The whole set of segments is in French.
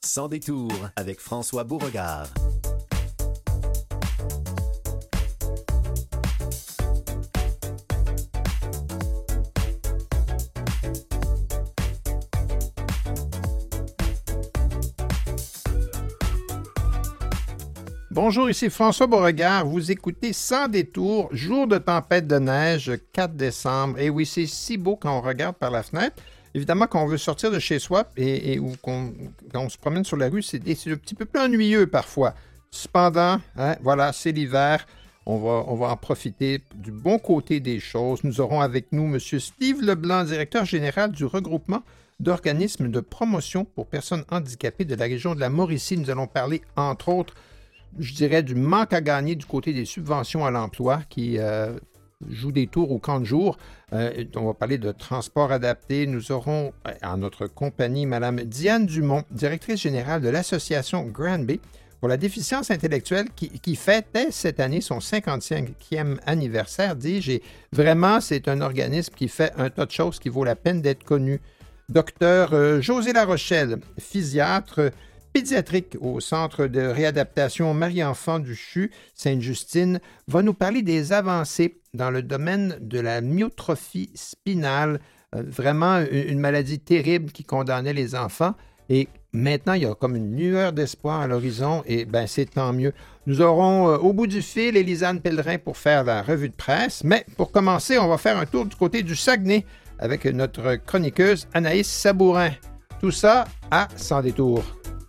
Sans détour avec François Beauregard. Bonjour, ici François Beauregard. Vous écoutez Sans détour, jour de tempête de neige, 4 décembre. Et oui, c'est si beau quand on regarde par la fenêtre. Évidemment, quand on veut sortir de chez soi ou quand on se promène sur la rue, c'est un petit peu plus ennuyeux parfois. Cependant, voilà, c'est l'hiver. On va en profiter du bon côté des choses. Nous aurons avec nous M. Steve Leblanc, directeur général du regroupement d'organismes de promotion pour personnes handicapées de la région de la Mauricie. Nous allons parler, entre autres, je dirais, du manque à gagner du côté des subventions à l'emploi qui joue des tours au camp de jour. On va parler de transport adapté. Nous aurons en notre compagnie Mme Diane Dumont, directrice générale de l'association Granby pour la déficience intellectuelle qui fêtait cette année son 55e anniversaire, dis-je. Et vraiment, c'est un organisme qui fait un tas de choses qui vaut la peine d'être connu. Docteur José Larochelle, physiatre pédiatrique au Centre de réadaptation Marie-Enfant du CHU Sainte-Justine, va nous parler des avancées dans le domaine de la myotrophie spinale, vraiment une maladie terrible qui condamnait les enfants. Et maintenant, il y a comme une lueur d'espoir à l'horizon et c'est tant mieux. Nous aurons au bout du fil Élisane Pellerin pour faire la revue de presse. Mais pour commencer, on va faire un tour du côté du Saguenay avec notre chroniqueuse Anaïs Sabourin. Tout ça à Sans détour.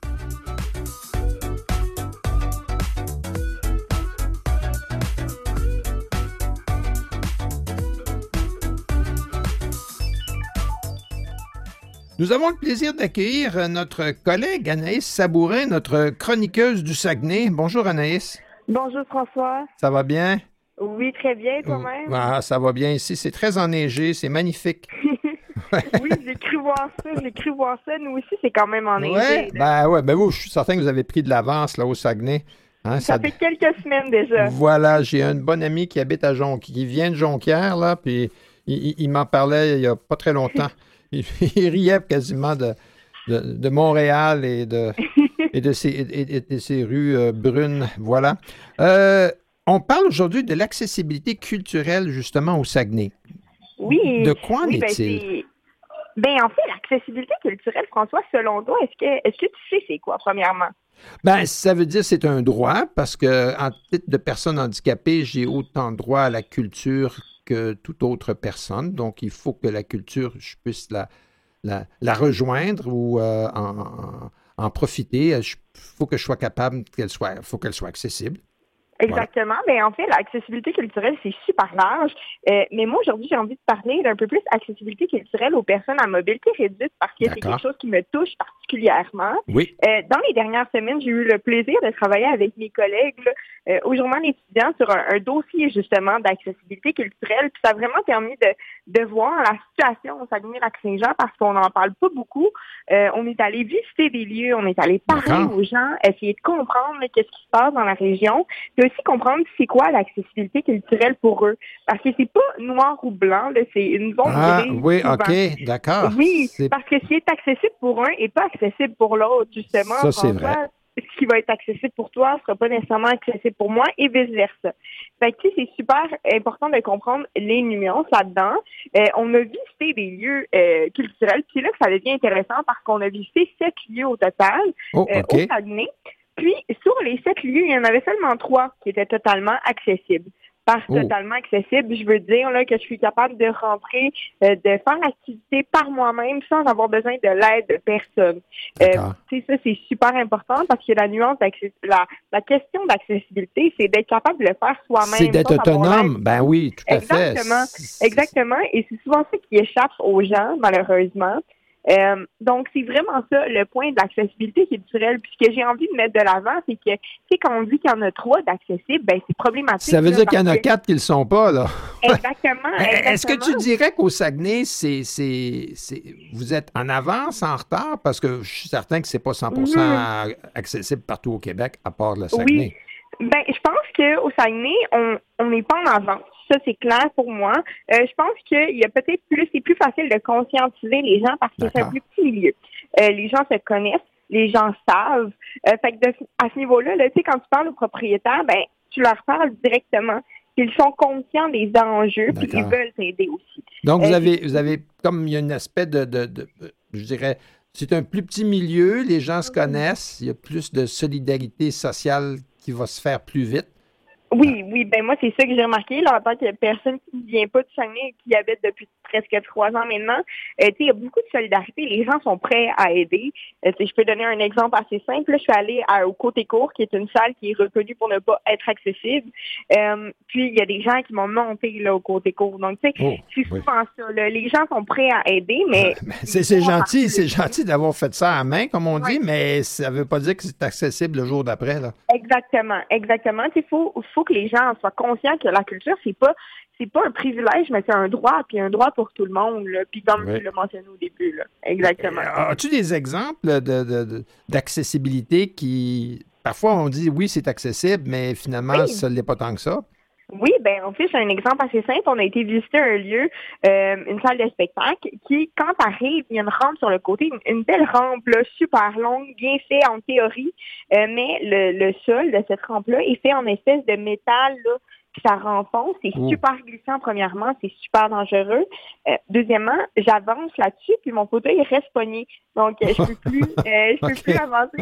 Nous avons le plaisir d'accueillir notre collègue Anaïs Sabourin, notre chroniqueuse du Saguenay. Bonjour Anaïs. Bonjour François. Ça va bien? Oui, très bien, toi-même. Ah, ça va bien ici. C'est très enneigé, c'est magnifique. Oui, j'ai cru voir ça. Nous aussi, c'est quand même enneigé. Vous, je suis certain que vous avez pris de l'avance là, au Saguenay. Hein, ça fait quelques semaines déjà. Voilà, j'ai une bonne amie qui habite à qui vient de Jonquière, là, puis il m'en parlait il n'y a pas très longtemps. Il riait quasiment de Montréal et de ses rues brunes. Voilà. On parle aujourd'hui de l'accessibilité culturelle, justement, au Saguenay. Oui. De quoi en est-il? En fait, l'accessibilité culturelle, François, selon toi, est-ce que tu sais c'est quoi, premièrement? Ça veut dire que c'est un droit, parce qu'en titre de personne handicapée, j'ai autant droit à la culture que toute autre personne. Donc, il faut que la culture, je puisse la rejoindre ou en profiter. Il faut que je sois capable qu'elle soit accessible. Exactement. Voilà. En fait, l'accessibilité culturelle, c'est super large. Mais moi, aujourd'hui, j'ai envie de parler d'un peu plus accessibilité culturelle aux personnes à mobilité réduite parce que c'est quelque chose qui me touche particulièrement. Oui. Dans les dernières semaines, j'ai eu le plaisir de travailler avec mes collègues au Journal étudiant sur un dossier, justement, d'accessibilité culturelle. Puis ça a vraiment permis de voir la situation au Saguenay-Lac-Saint-Jean parce qu'on n'en parle pas beaucoup. On est allé visiter des lieux, on est allé parler aux gens, essayer de comprendre qu'est-ce qui se passe dans la région. Puis aussi comprendre c'est quoi l'accessibilité culturelle pour eux. Parce que c'est pas noir ou blanc, là, c'est une zone grise. Oui, souvent. OK, d'accord. Oui, parce que ce qui est accessible pour un n'est pas accessible pour l'autre, justement. Ça, c'est vrai. Ce qui va être accessible pour toi ne sera pas nécessairement accessible pour moi et vice-versa. Fait que, c'est super important de comprendre les nuances là-dedans. On a visité des lieux culturels, puis là que ça devient intéressant parce qu'on a visité 7 lieux au total au Saguenay. Puis, sur les 7 lieux, il y en avait seulement 3 qui étaient totalement accessibles. Par totalement accessible, je veux dire là, que je suis capable de rentrer, de faire l'activité par moi-même sans avoir besoin de l'aide de personne. Ça, c'est super important parce que la nuance, la question d'accessibilité, c'est d'être capable de le faire soi-même. C'est d'être autonome. Oui, tout à fait. Exactement. Et c'est souvent ça qui échappe aux gens, malheureusement. Donc, c'est vraiment ça le point de l'accessibilité culturelle. Puis ce que j'ai envie de mettre de l'avant, c'est que quand on dit qu'il y en a 3 d'accessibles, c'est problématique. Ça veut dire qu'il y en a 4 qui ne le sont pas, là. Exactement. Est-ce que tu dirais qu'au Saguenay, vous êtes en avance, en retard? Parce que je suis certain que c'est pas 100% accessible partout au Québec, à part le Saguenay. Oui. Je pense qu'au Saguenay, on n'est pas en avance. Ça, c'est clair pour moi. Je pense qu'il y a peut-être c'est plus facile de conscientiser les gens parce que c'est un plus petit milieu. Les gens se connaissent. les gens savent. Fait que à ce niveau-là, là, tu sais, quand tu parles aux propriétaires, ben tu leur parles directement. Ils sont conscients des enjeux, puis ils veulent t'aider aussi. Donc, vous avez comme il y a un aspect je dirais, c'est un plus petit milieu, les gens se connaissent, il y a plus de solidarité sociale qui va se faire plus vite. Oui, ben moi, c'est ça que j'ai remarqué, là, en tant que personne qui ne vient pas de Saguenay et qui habite depuis presque 3 ans maintenant. Tu sais, il y a beaucoup de solidarité. Les gens sont prêts à aider. Je peux donner un exemple assez simple. Là, je suis allée au Côté Court, qui est une salle qui est reconnue pour ne pas être accessible. Puis, il y a des gens qui m'ont monté là, au Côté Court. Donc, tu sais, c'est souvent ça. Là. Les gens sont prêts à aider, mais... c'est gentil d'avoir fait ça à main, comme on dit, mais ça ne veut pas dire que c'est accessible le jour d'après. Là. Exactement. Il faut que les gens soient conscients que la culture, c'est pas un privilège, mais c'est un droit, puis un droit pour tout le monde, là. Puis comme tu l'as mentionné au début, là. Exactement. As-tu des exemples d'accessibilité qui, parfois on dit oui, c'est accessible, mais finalement, ça ne l'est pas tant que ça? Oui, ben en fait, c'est un exemple assez simple. On a été visiter un lieu, une salle de spectacle, qui, quand t'arrives, il y a une rampe sur le côté, une belle rampe là, super longue, bien faite en théorie, mais le sol de cette rampe-là est fait en espèce de métal, là, puis ça renfonce. C'est super glissant, premièrement, c'est super dangereux. Deuxièmement, j'avance là-dessus, puis mon fauteuil reste pogné. Donc, je peux plus avancer.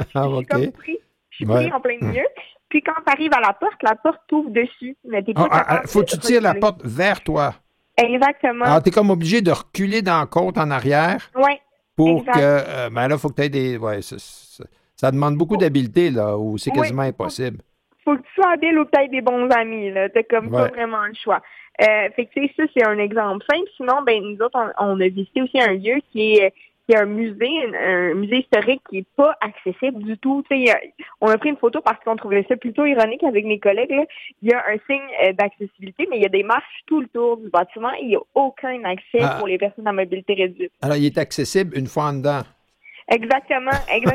Je suis pris en plein milieu. Puis quand tu arrives à la porte t'ouvre dessus. Mais t'es pas faut que tu tires la porte vers toi. Exactement. Alors, tu es comme obligé de reculer dans la côte en arrière. Oui. Pour que. Ben là, il faut que tu aies des. Ouais, ça demande beaucoup d'habileté, là, ou c'est quasiment impossible. Faut que tu sois habile ou que tu aies des bons amis, là. T'as comme pas vraiment le choix. Fait que, tu sais, ça, c'est un exemple simple. Sinon, ben, nous autres, on a visité aussi un lieu qui est un musée historique qui est pas accessible du tout. Tu sais, on a pris une photo parce qu'on trouvait ça plutôt ironique avec mes collègues, là. Il y a un signe d'accessibilité, mais il y a des marches tout le tour du bâtiment et il n'y a aucun accès pour les personnes à mobilité réduite. Alors, il est accessible une fois en dedans. Exactement.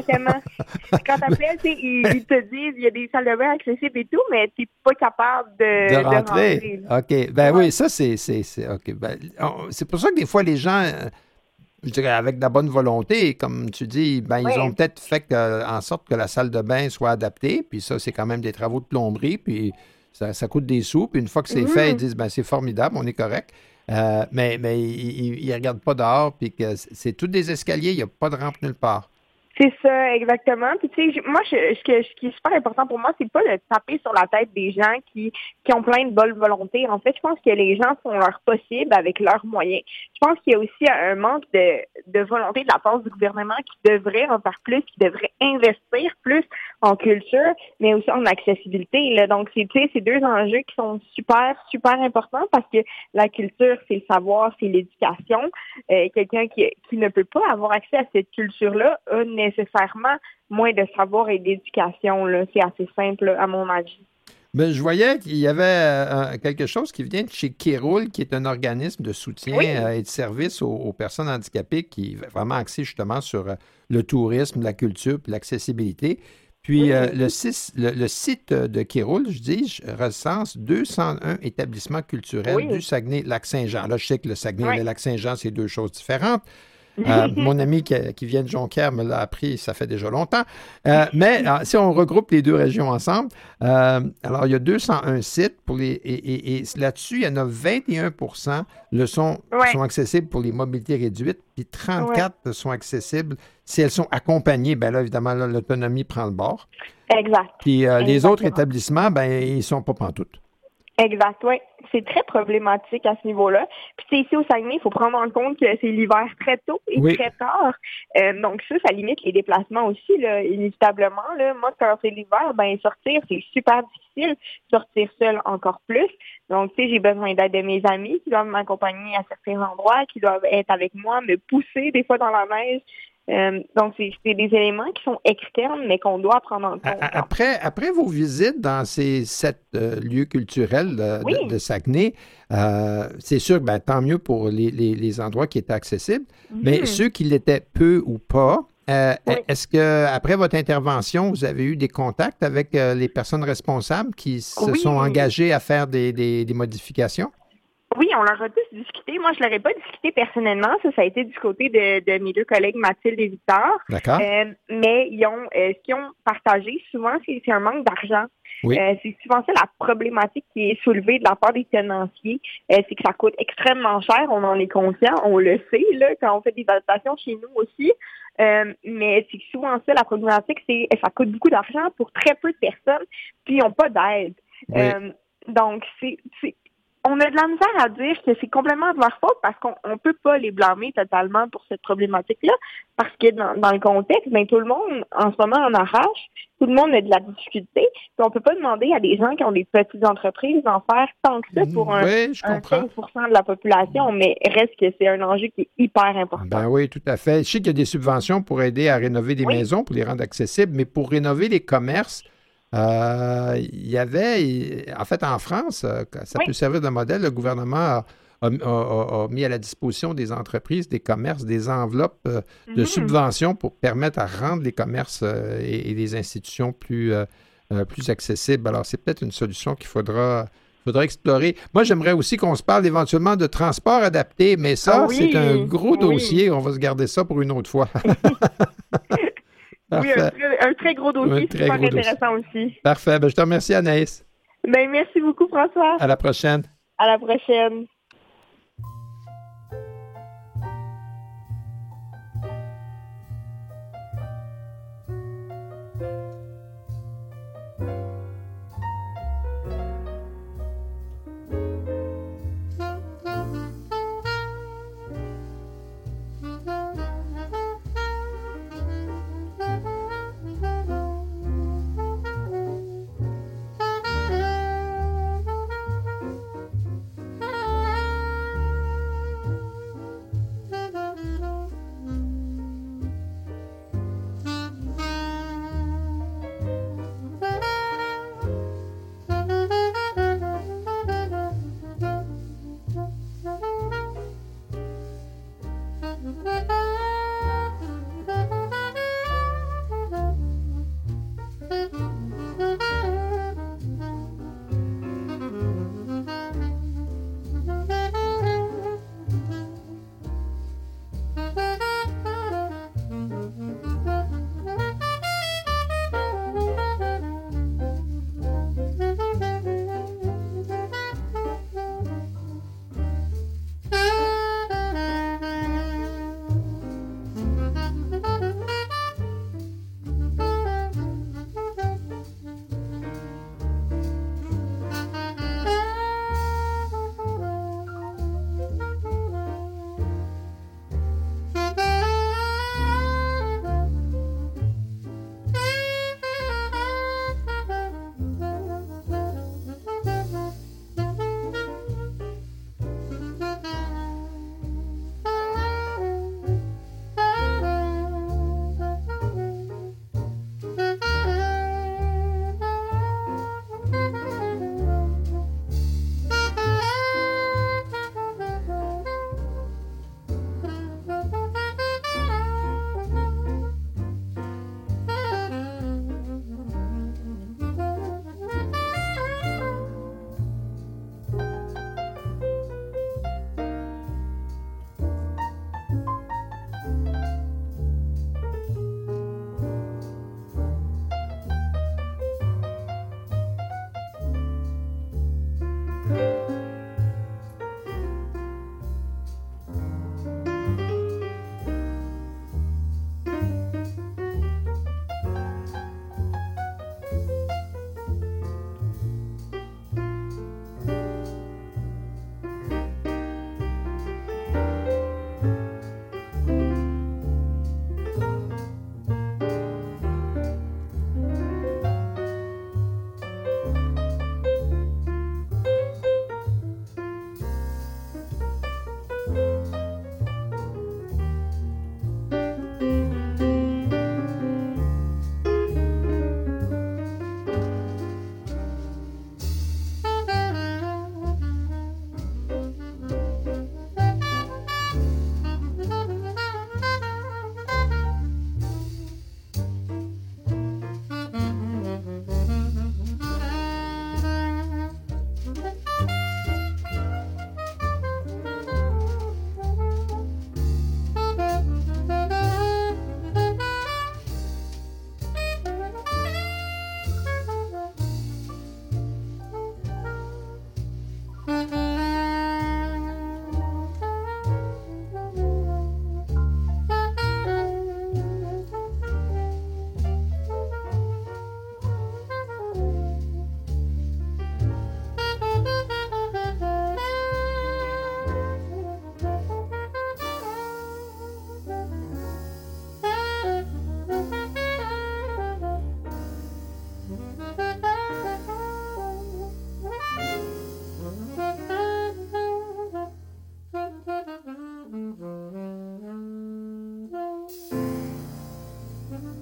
Quand t'appelles, ils te disent il y a des salles de bain accessibles et tout, mais t'es pas capable de rentrer. OK. Ben oui, ça, c'est OK. Ben, c'est pour ça que des fois, les gens, je dirais avec de la bonne volonté, comme tu dis, ils ont peut-être fait en sorte que la salle de bain soit adaptée, puis ça, c'est quand même des travaux de plomberie, puis ça coûte des sous, puis une fois que c'est fait, ils disent, c'est formidable, on est correct. Mais ils ne regardent pas dehors, puis que c'est tous des escaliers, il n'y a pas de rampe nulle part. C'est ça, exactement. Puis tu sais, moi, ce qui est super important pour moi, c'est pas de taper sur la tête des gens qui ont plein de bonne volonté. En fait, je pense que les gens font leur possible avec leurs moyens. Je pense qu'il y a aussi un manque de volonté de la part du gouvernement qui devrait en faire plus, qui devrait investir plus en culture, mais aussi en accessibilité. Là. Donc, c'est deux enjeux qui sont super, super importants parce que la culture, c'est le savoir, c'est l'éducation. Quelqu'un qui ne peut pas avoir accès à cette culture-là a nécessairement moins de savoir et d'éducation. Là. C'est assez simple, à mon avis. Ben, je voyais qu'il y avait quelque chose qui vient de chez Kéroul, qui est un organisme de soutien et de service aux personnes handicapées qui est vraiment axé justement sur le tourisme, la culture et l'accessibilité. Puis le site de Kéroul, recense 201 établissements culturels du Saguenay-Lac-Saint-Jean. Là, je sais que le Saguenay et le Lac-Saint-Jean, c'est deux choses différentes. Mon ami qui vient de Jonquière me l'a appris, ça fait déjà longtemps. Mais si on regroupe les deux régions ensemble, alors il y a 201 sites et là-dessus, il y en a 21% sont accessibles pour les mobilités réduites, puis 34 sont accessibles si elles sont accompagnées. Bien là, évidemment, là, l'autonomie prend le bord. Exact. Puis les autres établissements, ils ne sont pas pantoute. Exact, oui. C'est très problématique à ce niveau-là. Puis ici au Saguenay, il faut prendre en compte que c'est l'hiver très tôt et très tard. Donc ça limite les déplacements aussi, là, inévitablement. Là. Moi, quand c'est l'hiver, sortir, c'est super difficile. Sortir seul encore plus. Donc, tu sais, j'ai besoin d'aide de mes amis qui doivent m'accompagner à certains endroits, qui doivent être avec moi, me pousser des fois dans la neige. Donc, c'est des éléments qui sont externes, mais qu'on doit prendre en compte. Après vos visites dans ces 7 lieux culturels de Saguenay, c'est sûr que tant mieux pour les endroits qui étaient accessibles, mais ceux qui l'étaient peu ou pas, est-ce que après votre intervention, vous avez eu des contacts avec les personnes responsables qui se sont engagées à faire des modifications? Oui, on leur a tous discuté. Moi, je leur ai pas discuté personnellement. Ça a été du côté de mes deux collègues Mathilde et Victor. D'accord. Mais ce qu'ils ont partagé souvent, c'est un manque d'argent. Oui. C'est souvent ça la problématique qui est soulevée de la part des tenanciers. C'est que ça coûte extrêmement cher. On en est conscient, on le sait là quand on fait des adaptations chez nous aussi. Mais c'est souvent ça la problématique, c'est ça coûte beaucoup d'argent pour très peu de personnes, puis ils n'ont pas d'aide. Oui. Donc on a de la misère à dire que c'est complètement de leur faute parce qu'on ne peut pas les blâmer totalement pour cette problématique-là. Parce que dans le contexte, tout le monde, en ce moment, en arrache. Tout le monde a de la difficulté. Puis on ne peut pas demander à des gens qui ont des petites entreprises d'en faire tant que ça pour un 15% de la population, mais reste que c'est un enjeu qui est hyper important. Ben oui, tout à fait. Je sais qu'il y a des subventions pour aider à rénover des maisons, pour les rendre accessibles, mais pour rénover les commerces, il y avait, en fait, en France, ça peut servir de modèle, le gouvernement a mis à la disposition des entreprises, des commerces, des enveloppes de subventions pour permettre à rendre les commerces et les institutions plus accessibles. Alors, c'est peut-être une solution qu'il faudra explorer. Moi, j'aimerais aussi qu'on se parle éventuellement de transport adapté, mais ça, c'est un gros dossier. On va se garder ça pour une autre fois. Oui, un très gros dossier, c'est super intéressant aussi. Parfait. Je te remercie, Anaïs. Merci beaucoup, François. À la prochaine. À la prochaine.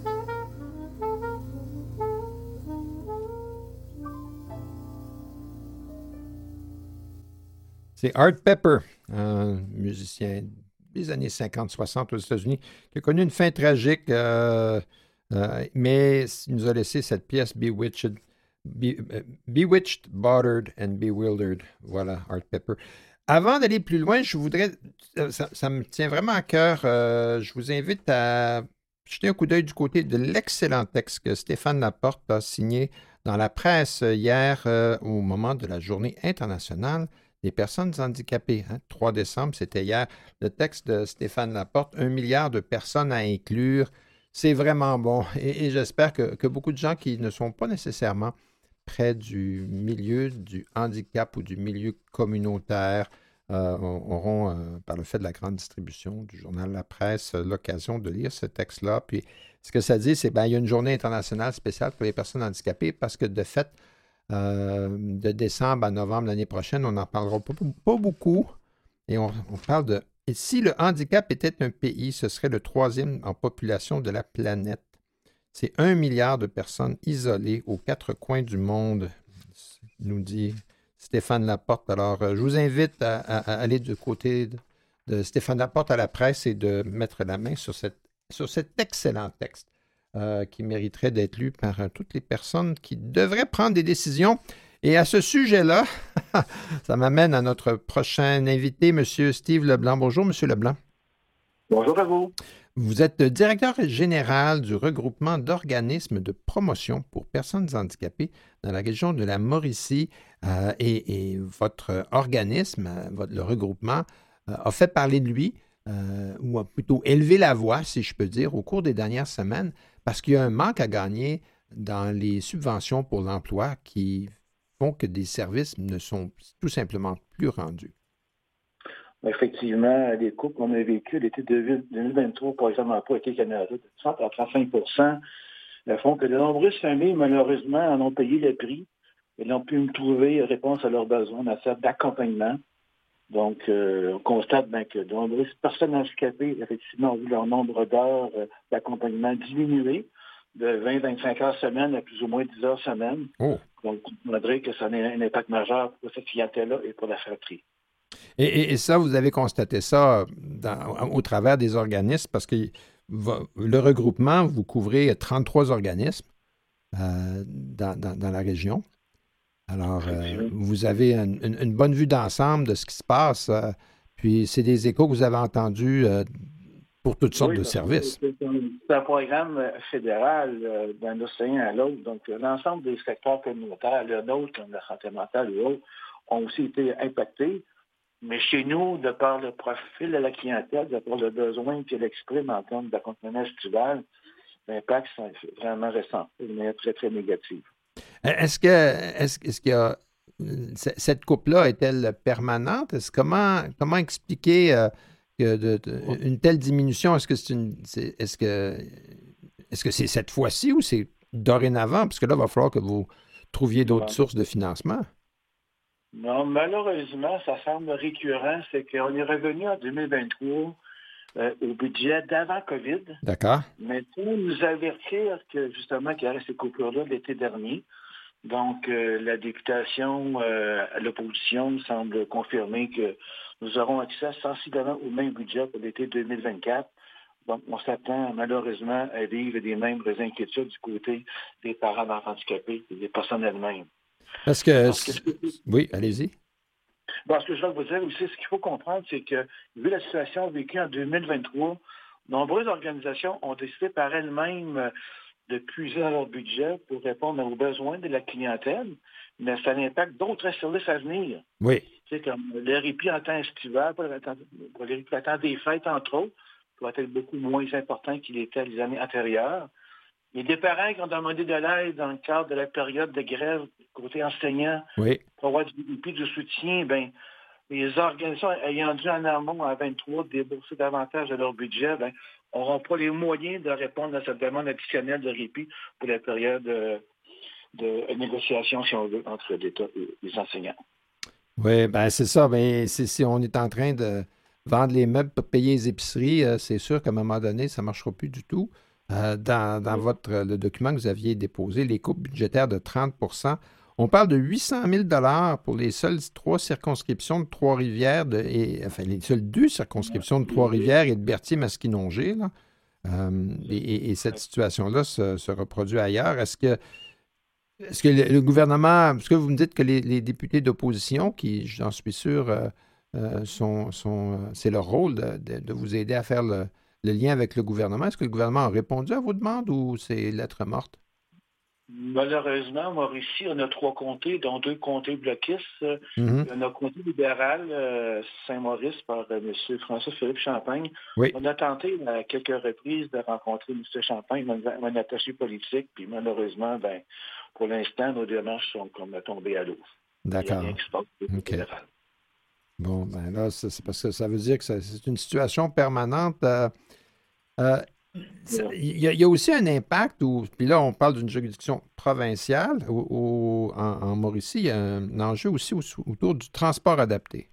C'est Art Pepper, un musicien des années 50-60 aux États-Unis, qui a connu une fin tragique, mais il nous a laissé cette pièce Bewitched, Bothered and Bewildered. Voilà, Art Pepper. Avant d'aller plus loin, je voudrais, ça me tient vraiment à cœur, je vous invite à jeter un coup d'œil du côté de l'excellent texte que Stéphane Laporte a signé dans la presse hier au moment de la Journée internationale des personnes handicapées. 3 décembre, c'était hier. Le texte de Stéphane Laporte, 1 milliard de personnes à inclure. C'est vraiment bon. Et j'espère que beaucoup de gens qui ne sont pas nécessairement près du milieu du handicap ou du milieu communautaire auront, par le fait de la grande distribution du journal La Presse, l'occasion de lire ce texte-là. Puis ce que ça dit, c'est qu'il y a une journée internationale spéciale pour les personnes handicapées parce que de fait, de décembre à novembre l'année prochaine, on n'en parlera pas beaucoup. Et on parle de... Et si le handicap était un pays, ce serait le 3e en population de la planète. C'est 1 milliard de personnes isolées aux 4 coins du monde, nous dit Stéphane Laporte. Alors, je vous invite à aller du côté de Stéphane Laporte à la presse et de mettre la main sur cet excellent texte. Qui mériterait d'être lu par toutes les personnes qui devraient prendre des décisions. Et à ce sujet-là, ça m'amène à notre prochain invité, M. Steve Leblanc. Bonjour, M. Leblanc. Bonjour à vous. Vous êtes directeur général du regroupement d'organismes de promotion pour personnes handicapées dans la région de la Mauricie. Et votre organisme, le regroupement, a fait parler de lui, ou a plutôt élevé la voix, si je peux dire, au cours des dernières semaines, parce qu'il y a un manque à gagner dans les subventions pour l'emploi qui font que des services ne sont tout simplement plus rendus. Effectivement, les coûts qu'on a vécus l'été 2023, par exemple, l'emploi été Canada, de 30 à 35 font que de nombreuses familles, malheureusement, en ont payé le prix et n'ont pu trouver réponse à leurs besoins en matière d'accompagnement. Donc, on constate que de nombreuses personnes handicapées, effectivement, ont vu leur nombre d'heures d'accompagnement diminuer de 20-25 heures semaine à plus ou moins 10 heures semaine. Oh. Donc, on voudrait que ça ait un impact majeur pour cette clientèle-là et pour la fratrie. Et ça, vous avez constaté ça au travers des organismes, parce que le regroupement, vous couvrez 33 organismes dans la région. Alors, vous avez une bonne vue d'ensemble de ce qui se passe. Puis, c'est des échos que vous avez entendus pour toutes sortes de services. C'est un programme fédéral d'un océan à l'autre. Donc, l'ensemble des secteurs communautaires, le nôtre, comme la santé mentale et autres, ont aussi été impactés. Mais chez nous, de par le profil de la clientèle, de par le besoin qu'elle exprime en termes d'accompagnement estival, l'impact est vraiment récent, de manière très, très négative. Est-ce qu'il y a cette coupe-là est-elle permanente? Comment expliquer une telle diminution? Est-ce que c'est cette fois-ci ou c'est dorénavant? Parce que là, il va falloir que vous trouviez d'autres sources de financement. Non, malheureusement, ça semble récurrent. C'est qu'on est revenu en 2023 au budget d'avant COVID. D'accord. Mais pour nous avertir que, justement, qu'il y aurait ces coupures-là l'été dernier. Donc, la députation à l'opposition semble confirmer que nous aurons accès sensiblement au même budget pour l'été 2024. Donc, on s'attend malheureusement à vivre des mêmes inquiétudes du côté des parents d'enfants handicapés et des personnes elles-mêmes. Parce que oui, allez-y. Bon, ce que je vais vous dire aussi, ce qu'il faut comprendre, c'est que, vu la situation vécue en 2023, nombreuses organisations ont décidé par elles-mêmes de puiser dans leur budget pour répondre aux besoins de la clientèle, mais ça impacte d'autres services à venir. Oui. Tu sais, comme le répit en temps estival, pour le répit en temps des fêtes, entre autres, doit être beaucoup moins important qu'il était les années antérieures. Il y a des parents qui ont demandé de l'aide dans le cadre de la période de grève côté enseignant pour avoir du répit, du soutien. Les organisations ayant dû en amont en 23 débourser davantage de leur budget, n'auront pas les moyens de répondre à cette demande additionnelle de répit pour la période de négociation, si on veut, entre l'État et les enseignants. Oui, c'est ça. Si on est en train de vendre les meubles pour payer les épiceries, c'est sûr qu'à un moment donné, ça ne marchera plus du tout. dans le document que vous aviez déposé, les coupes budgétaires de 30 on parle de 800 000 pour les seules 3 circonscriptions de Trois-Rivières, les seules 2 circonscriptions de Trois-Rivières et de Berthier-Masquinongé. Là. Et cette situation-là se reproduit ailleurs. Est-ce que le gouvernement, est-ce que vous me dites que les députés d'opposition, qui, j'en suis sûr, c'est leur rôle de vous aider à faire le lien avec le gouvernement, est-ce que le gouvernement a répondu à vos demandes ou c'est lettre morte? Malheureusement, Mauricie, on a 3 comtés, dont 2 comtés bloquistes. Mm-hmm. On a un comté libéral, Saint-Maurice, par M. François-Philippe Champagne. Oui. On a tenté à quelques reprises de rencontrer M. Champagne, un attaché politique, puis malheureusement, pour l'instant, nos démarches sont comme tombées à l'eau. D'accord. Il y a rien qui se passe au libéral. Bon, là, c'est parce que ça veut dire que c'est une situation permanente. Il y a aussi un impact, puis là, on parle d'une juridiction provinciale, en Mauricie, il y a un enjeu aussi autour du transport adapté.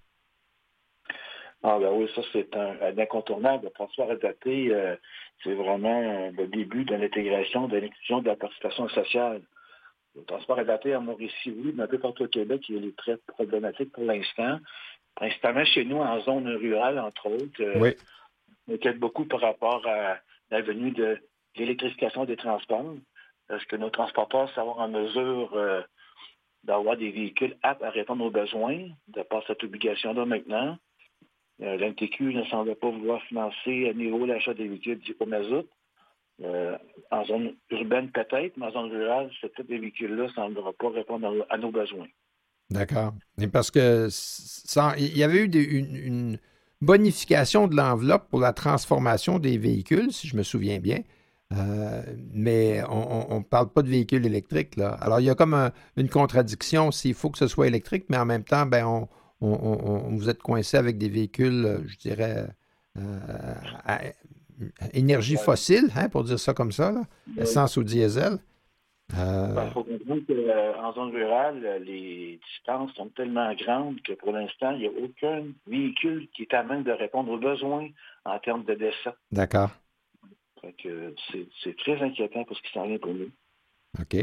Ah ben oui, ça c'est un incontournable. Le transport adapté, c'est vraiment le début de l'intégration, de l'inclusion de la participation sociale. Le transport adapté en Mauricie, oui, mais un peu partout au Québec, il est très problématique pour l'instant. Principalement chez nous, en zone rurale, entre autres. Oui. On inquiète beaucoup par rapport à la venue de l'électrification des transports. Est-ce que nos transporteurs seront en mesure d'avoir des véhicules aptes à répondre aux besoins, de par cette obligation-là maintenant? L'NTQ ne semble pas vouloir financer à niveau l'achat des véhicules au mazout. En zone urbaine peut-être, mais en zone rurale, ce type de véhicule-là ne semblera pas répondre à nos besoins. D'accord. Et parce que il y avait eu une bonification de l'enveloppe pour la transformation des véhicules, si je me souviens bien. Mais on ne parle pas de véhicules électriques, là. Alors, il y a comme une contradiction s'il faut que ce soit électrique, mais en même temps, vous êtes coincé avec des véhicules, je dirais, à énergie fossile, pour dire ça comme ça, là, essence ou diesel. Il faut comprendre qu'en zone rurale, les distances sont tellement grandes que pour l'instant, il n'y a aucun véhicule qui est à même de répondre aux besoins en termes de dessert. D'accord. Fait que c'est très inquiétant pour ce qui s'en vient pour nous. OK.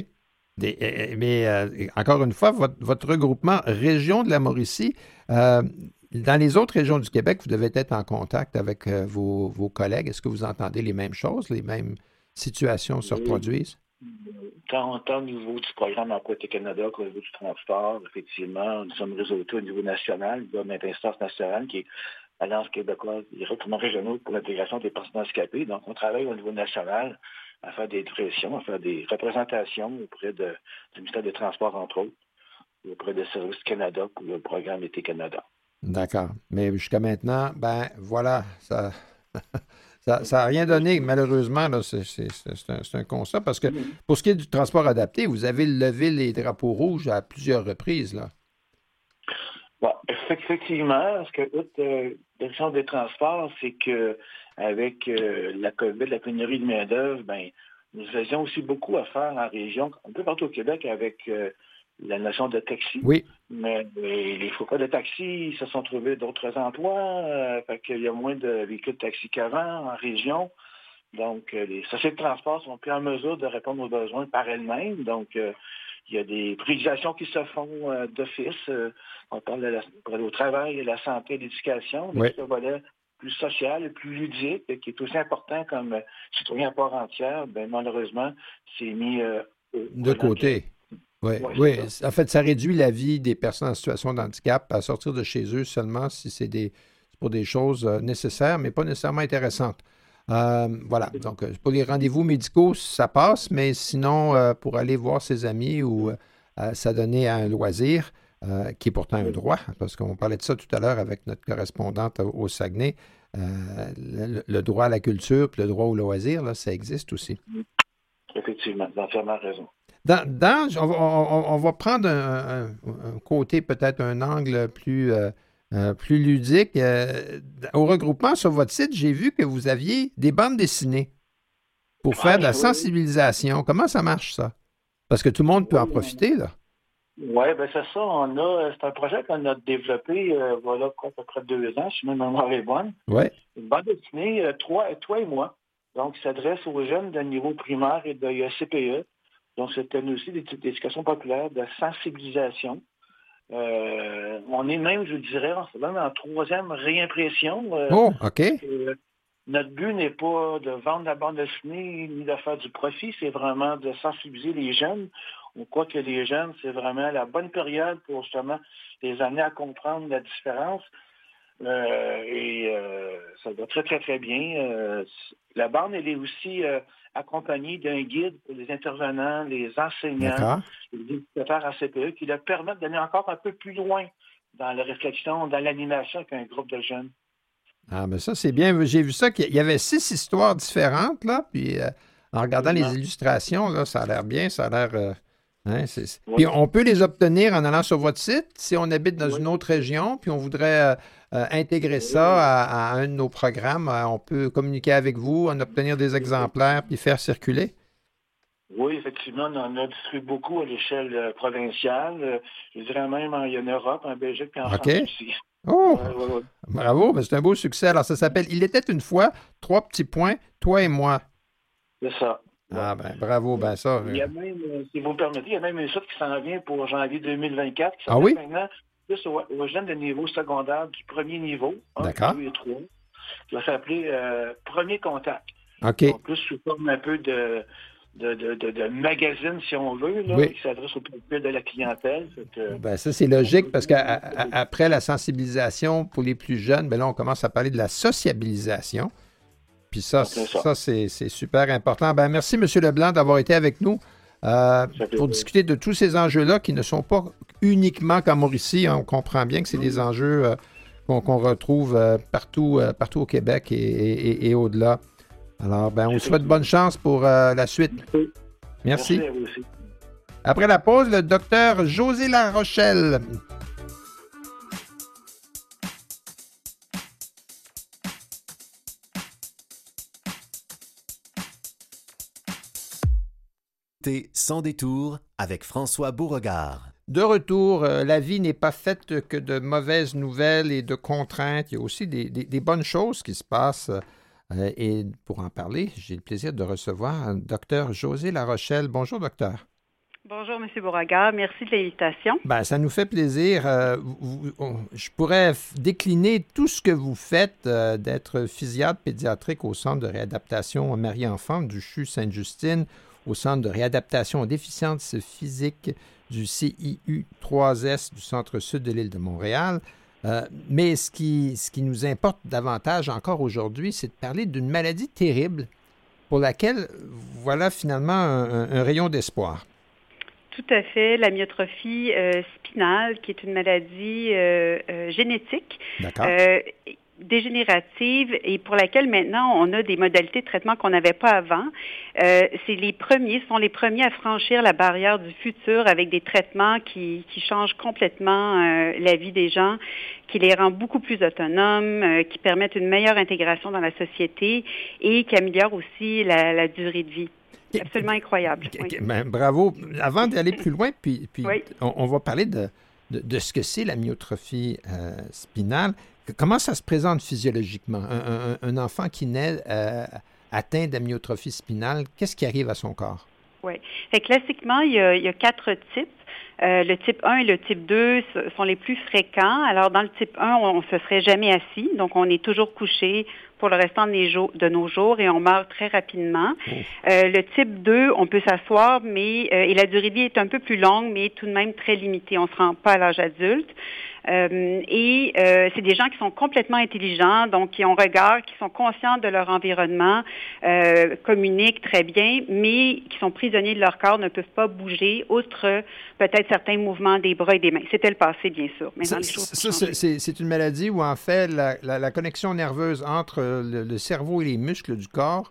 Mais encore une fois, votre regroupement Région de la Mauricie, dans les autres régions du Québec, vous devez être en contact avec vos collègues. Est-ce que vous entendez les mêmes choses, les mêmes situations se reproduisent? Tant au niveau du programme Emploi-Été Canada qu'au niveau du transport, effectivement, nous sommes réseautés au niveau national. Il y a une instance nationale qui est l'Alliance québécoise des recrutements régionaux pour l'intégration des personnes handicapées. Donc, on travaille au niveau national à faire des pressions, à faire des représentations auprès du ministère des Transports, entre autres, et auprès de Services Canada pour le programme Été Canada. D'accord. Mais jusqu'à maintenant, voilà, ça n'a rien donné, malheureusement. Là, c'est un constat, parce que pour ce qui est du transport adapté, vous avez levé les drapeaux rouges à plusieurs reprises, là. Bon, effectivement, ce que la direction des transports, c'est que avec la COVID, la pénurie de main-d'œuvre, nous faisions aussi beaucoup à faire en région, un peu partout au Québec, avec la notion de taxi. Oui. Mais les chauffeurs de taxi se sont trouvés d'autres emplois. Fait qu'il y a moins de véhicules de taxi qu'avant en région. Donc, les sociétés de transport sont plus en mesure de répondre aux besoins par elles-mêmes. Donc, il y a des priorisations qui se font d'office. On parle pour aller au travail, la santé, l'éducation, mais ce volet plus social et plus ludique, qui est aussi important comme citoyen à part entière, malheureusement, c'est mis de côté. Oui. En fait, ça réduit la vie des personnes en situation de handicap à sortir de chez eux seulement si c'est pour des choses nécessaires, mais pas nécessairement intéressantes. Voilà. Donc, pour les rendez-vous médicaux, ça passe, mais sinon, pour aller voir ses amis ou s'adonner à un loisir, qui est pourtant un droit, parce qu'on parlait de ça tout à l'heure avec notre correspondante au Saguenay, le droit à la culture puis le droit au loisir, là, ça existe aussi. Effectivement, vous avez entièrement raison. On va prendre un côté, peut-être un angle plus ludique. Au regroupement sur votre site, j'ai vu que vous aviez des bandes dessinées pour faire de la sensibilisation. Comment ça marche, ça? Parce que tout le monde peut en profiter, là. Oui, c'est ça. C'est un projet qu'on a développé, à peu près 2 ans, si ma mémoire est bonne. Oui. Une bande dessinée, toi et moi. Donc, il s'adresse aux jeunes de niveau primaire et de CPE. Donc, c'est aussi d'éducation populaire, de sensibilisation. On est même, je dirais, même en troisième réimpression. Oh, OK. Notre but n'est pas de vendre la bande dessinée ni de faire du profit, c'est vraiment de sensibiliser les jeunes. On croit que les jeunes, c'est vraiment la bonne période pour justement les amener à comprendre la différence. Ça va très, très, très bien. La bande, elle est aussi accompagnée d'un guide pour les intervenants, les enseignants, les éducateurs à CPE qui leur permettent d'aller encore un peu plus loin dans la réflexion, dans l'animation avec un groupe de jeunes. Ah, mais ça, c'est bien. J'ai vu ça, qu'il y avait 6 histoires différentes, là, puis en regardant les illustrations, là, ça a l'air bien, ça a l'air... Puis on peut les obtenir en allant sur votre site, si on habite dans une autre région, puis on voudrait intégrer ça à un de nos programmes, on peut communiquer avec vous, en obtenir des exemplaires, puis faire circuler? Oui, effectivement, on en a distribué beaucoup à l'échelle provinciale. Je dirais même en Europe, en Belgique, puis en France aussi. Oh! Bravo, ben c'est un beau succès. Alors, ça s'appelle « Il était une fois, 3 petits points, toi et moi ». C'est ça. Ah ben, bravo, ben ça. Il y a même, si vous me permettez, il y a même une sorte qui s'en vient pour janvier 2024, qui ah oui? maintenant plus aux jeunes de niveau secondaire du premier niveau, 1, 2 et 3, qui va s'appeler Premier Contact. OK. Donc, plus sous forme un peu de magazine, si on veut, là, qui s'adresse au profil de la clientèle. Ben, ça, c'est logique parce qu'après la sensibilisation pour les plus jeunes, ben là, on commence à parler de la sociabilisation. Puis ça c'est super important. Ben, merci, M. Leblanc, d'avoir été avec nous pour discuter de tous ces enjeux-là qui ne sont pas uniquement qu'à Mauricie. On comprend bien que c'est des enjeux qu'on retrouve partout au Québec et au-delà. Alors, ben, on vous souhaite bonne chance pour la suite. Merci. Merci à vous aussi. Après la pause, le docteur José Larochelle. Sans détour avec François Beauregard. De retour, la vie n'est pas faite que de mauvaises nouvelles et de contraintes. Il y a aussi des bonnes choses qui se passent. Et pour en parler, j'ai le plaisir de recevoir Dr José Larochelle. Bonjour, docteur. Bonjour, M. Beauregard. Merci de l'invitation. Ben, ça nous fait plaisir. Je pourrais décliner tout ce que vous faites d'être physiciatre pédiatrique au Centre de réadaptation Marie-Enfant du CHU Sainte-Justine, au Centre de réadaptation aux déficiences physiques du CIU 3S du Centre-Sud de l'île de Montréal. Mais ce qui nous importe davantage encore aujourd'hui, c'est de parler d'une maladie terrible pour laquelle voilà finalement un rayon d'espoir. Tout à fait. La myotrophie spinale, qui est une maladie génétique. D'accord. Dégénérative et pour laquelle maintenant on a des modalités de traitement qu'on n'avait pas avant. Sont les premiers à franchir la barrière du futur avec des traitements qui changent complètement la vie des gens, qui les rend beaucoup plus autonomes, qui permettent une meilleure intégration dans la société et qui améliorent aussi la durée de vie. Absolument incroyable. Oui. Ben, bravo. Avant d'aller plus loin, puis oui. on va parler de ce que c'est la myotrophie spinale. Comment ça se présente physiologiquement? Un enfant qui naît atteint d'amyotrophie spinale, qu'est-ce qui arrive à son corps? Oui. Classiquement, il y a 4 types. Le type 1 et le type 2 sont les plus fréquents. Alors, dans le type 1, on ne se serait jamais assis, donc on est toujours couché pour le restant de nos jours et on meurt très rapidement. Le type 2, on peut s'asseoir, mais et la durée de vie est un peu plus longue, mais tout de même très limitée. On ne se rend pas à l'âge adulte. C'est des gens qui sont complètement intelligents, donc qui ont regard, qui sont conscients de leur environnement, communiquent très bien, mais qui sont prisonniers de leur corps, ne peuvent pas bouger, outre peut-être certains mouvements des bras et des mains. C'était le passé, bien sûr. Maintenant, c'est une maladie où, en fait, la connexion nerveuse entre le cerveau et les muscles du corps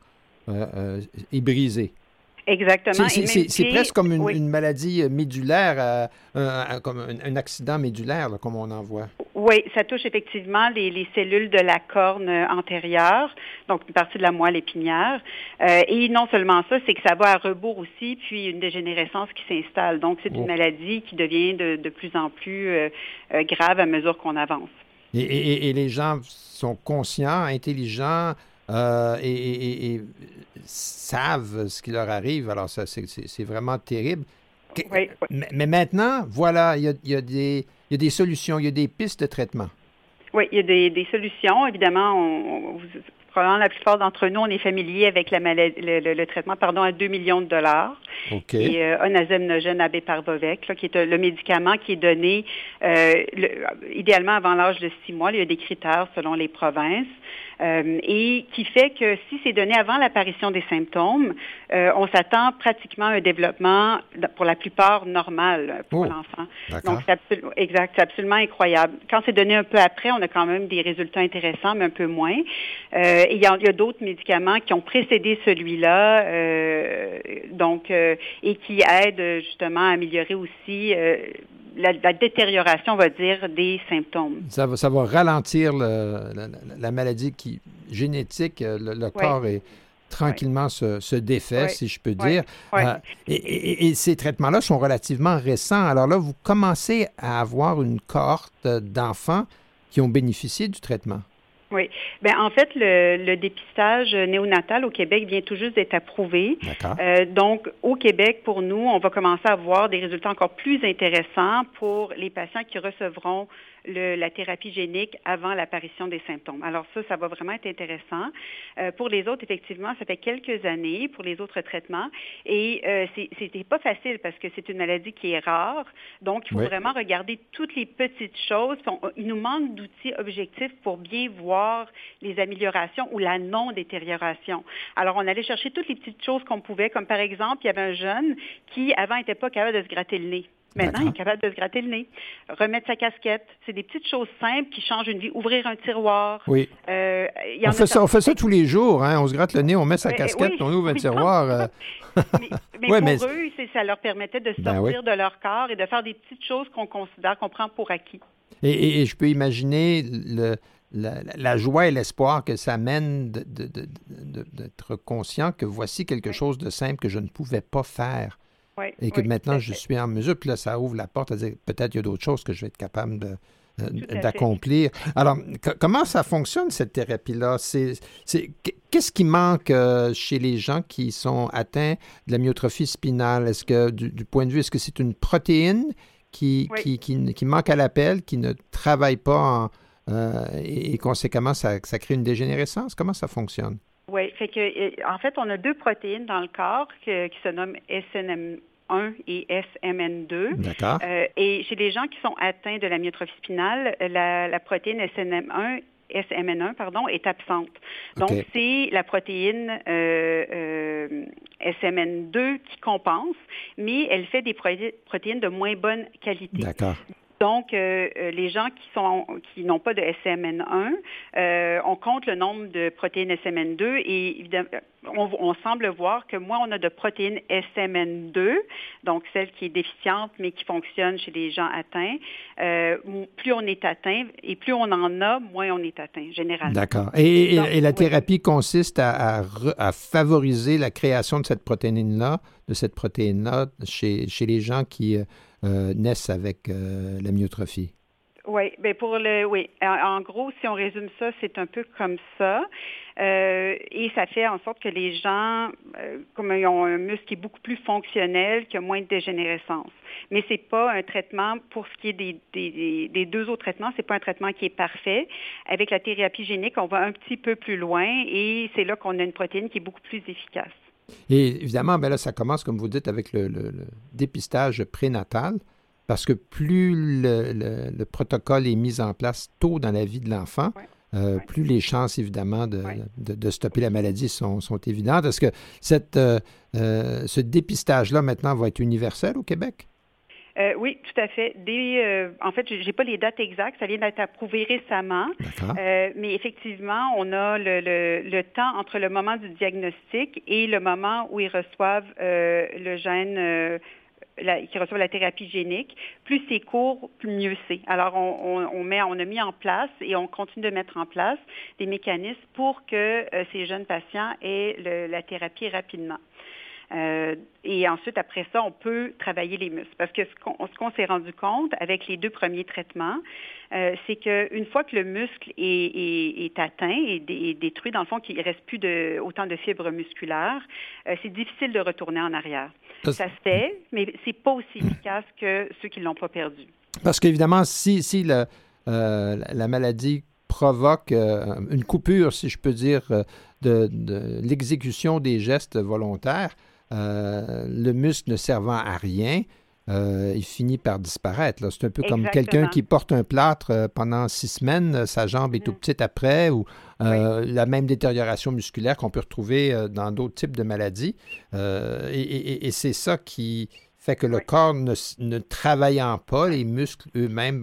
est brisée. Exactement. C'est presque comme une maladie médulaire, comme un accident médulaire, là, comme on en voit. Oui, ça touche effectivement les cellules de la corne antérieure, donc une partie de la moelle épinière. Et non seulement ça, c'est que ça va à rebours aussi, puis une dégénérescence qui s'installe. Donc, c'est une maladie qui devient de plus en plus grave à mesure qu'on avance. Et les gens sont conscients, intelligents, et savent ce qui leur arrive. Alors, ça, c'est vraiment terrible. Oui. Mais maintenant, voilà, il y a des solutions, il y a des pistes de traitement. Oui, il y a des solutions. Évidemment, probablement la plupart d'entre nous, on est familier avec la maladie, le traitement à 2 millions de dollars. OK. Et onazemnogène abéparbovec, qui est le médicament qui est donné idéalement avant l'âge de 6 mois. Il y a des critères selon les provinces. Et qui fait que si c'est donné avant l'apparition des symptômes, on s'attend pratiquement à un développement, pour la plupart, normal pour l'enfant. D'accord. Donc, c'est absolument incroyable. Quand c'est donné un peu après, on a quand même des résultats intéressants, mais un peu moins. Il y a d'autres médicaments qui ont précédé celui-là, et qui aident justement à améliorer aussi la détérioration, on va dire, des symptômes. Ça va ralentir la maladie génétique. Le corps est tranquillement se défait, si je peux dire. Et ces traitements-là sont relativement récents. Alors là, vous commencez à avoir une cohorte d'enfants qui ont bénéficié du traitement. Oui. Bien, en fait, le dépistage néonatal au Québec vient tout juste d'être approuvé. D'accord. Donc, au Québec, pour nous, on va commencer à avoir des résultats encore plus intéressants pour les patients qui recevront la thérapie génique avant l'apparition des symptômes. Alors ça va vraiment être intéressant. Pour les autres, effectivement, ça fait quelques années pour les autres traitements et c'était pas facile parce que c'est une maladie qui est rare. Donc, il faut vraiment regarder toutes les petites choses. Il nous manque d'outils objectifs pour bien voir les améliorations ou la non-détérioration. Alors, on allait chercher toutes les petites choses qu'on pouvait, comme par exemple, il y avait un jeune qui, avant, n'était pas capable de se gratter le nez. Maintenant, il est capable de se gratter le nez, remettre sa casquette. C'est des petites choses simples qui changent une vie. Ouvrir un tiroir. Oui. On fait ça tous les jours. Hein? On se gratte le nez, on met sa casquette, on ouvre un tiroir. mais pour eux, ça leur permettait de sortir de leur corps et de faire des petites choses qu'on considère, qu'on prend pour acquis. Et je peux imaginer la joie et l'espoir que ça amène d'être conscient que voici quelque chose de simple que je ne pouvais pas faire. Et que maintenant, je suis en mesure. Puis là, ça ouvre la porte à dire peut-être il y a d'autres choses que je vais être capable d'accomplir. Alors, comment ça fonctionne, cette thérapie-là? Qu'est-ce qui manque chez les gens qui sont atteints de la myotrophie spinale? Est-ce que, du point de vue, est-ce que c'est une protéine qui manque à l'appel, qui ne travaille pas et conséquemment, ça crée une dégénérescence? Comment ça fonctionne? Oui, en fait, on a 2 protéines dans le corps qui se nomment SNM1 et SMN2. D'accord. Et chez les gens qui sont atteints de la myotrophie spinale, la protéine SMN1 est absente. Donc, c'est la protéine SMN2 qui compense, mais elle fait des protéines de moins bonne qualité. D'accord. Donc, les gens qui n'ont pas de SMN1, on compte le nombre de protéines SMN2 et évidemment, on semble voir que moins on a de protéines SMN2, donc celle qui est déficiente mais qui fonctionne chez les gens atteints, plus on est atteint et plus on en a, moins on est atteint, généralement. D'accord. Et la thérapie consiste à favoriser la création de cette protéine-là chez les gens qui naissent avec la myotrophie. Oui, bien en gros, si on résume ça, c'est un peu comme ça. Et ça fait en sorte que les gens, comme ils ont un muscle qui est beaucoup plus fonctionnel, qui a moins de dégénérescence. Mais c'est pas un traitement, pour ce qui est des 2 autres traitements, c'est pas un traitement qui est parfait. Avec la thérapie génique, on va un petit peu plus loin et c'est là qu'on a une protéine qui est beaucoup plus efficace. Et évidemment, ben là, ça commence, comme vous dites, avec le dépistage prénatal, parce que plus le protocole est mis en place tôt dans la vie de l'enfant, plus les chances, évidemment, de stopper la maladie sont évidentes. Est-ce que ce dépistage-là, maintenant, va être universel au Québec? Oui, tout à fait. En fait, j'ai pas les dates exactes. Ça vient d'être approuvé récemment. Mais effectivement, on a le temps entre le moment du diagnostic et le moment où ils reçoivent le gène, qui reçoivent la thérapie génique. Plus c'est court, plus mieux c'est. Alors, on a mis en place et on continue de mettre en place des mécanismes pour que ces jeunes patients aient la thérapie rapidement. et ensuite, après ça, on peut travailler les muscles. Parce que ce qu'on s'est rendu compte avec les 2 premiers traitements, c'est qu'une fois que le muscle est atteint et détruit, dans le fond, qu'il ne reste plus autant de fibres musculaires, c'est difficile de retourner en arrière. Ça se fait, mais c'est pas aussi efficace que ceux qui ne l'ont pas perdu. Parce qu'évidemment, si la maladie provoque une coupure, si je peux dire, de l'exécution des gestes volontaires, le muscle ne servant à rien, il finit par disparaître. Là. C'est un peu comme quelqu'un qui porte un plâtre pendant 6 semaines, sa jambe est tout petite après, ou la même détérioration musculaire qu'on peut retrouver dans d'autres types de maladies. Et c'est ça qui fait que le corps ne travaillant pas, les muscles eux-mêmes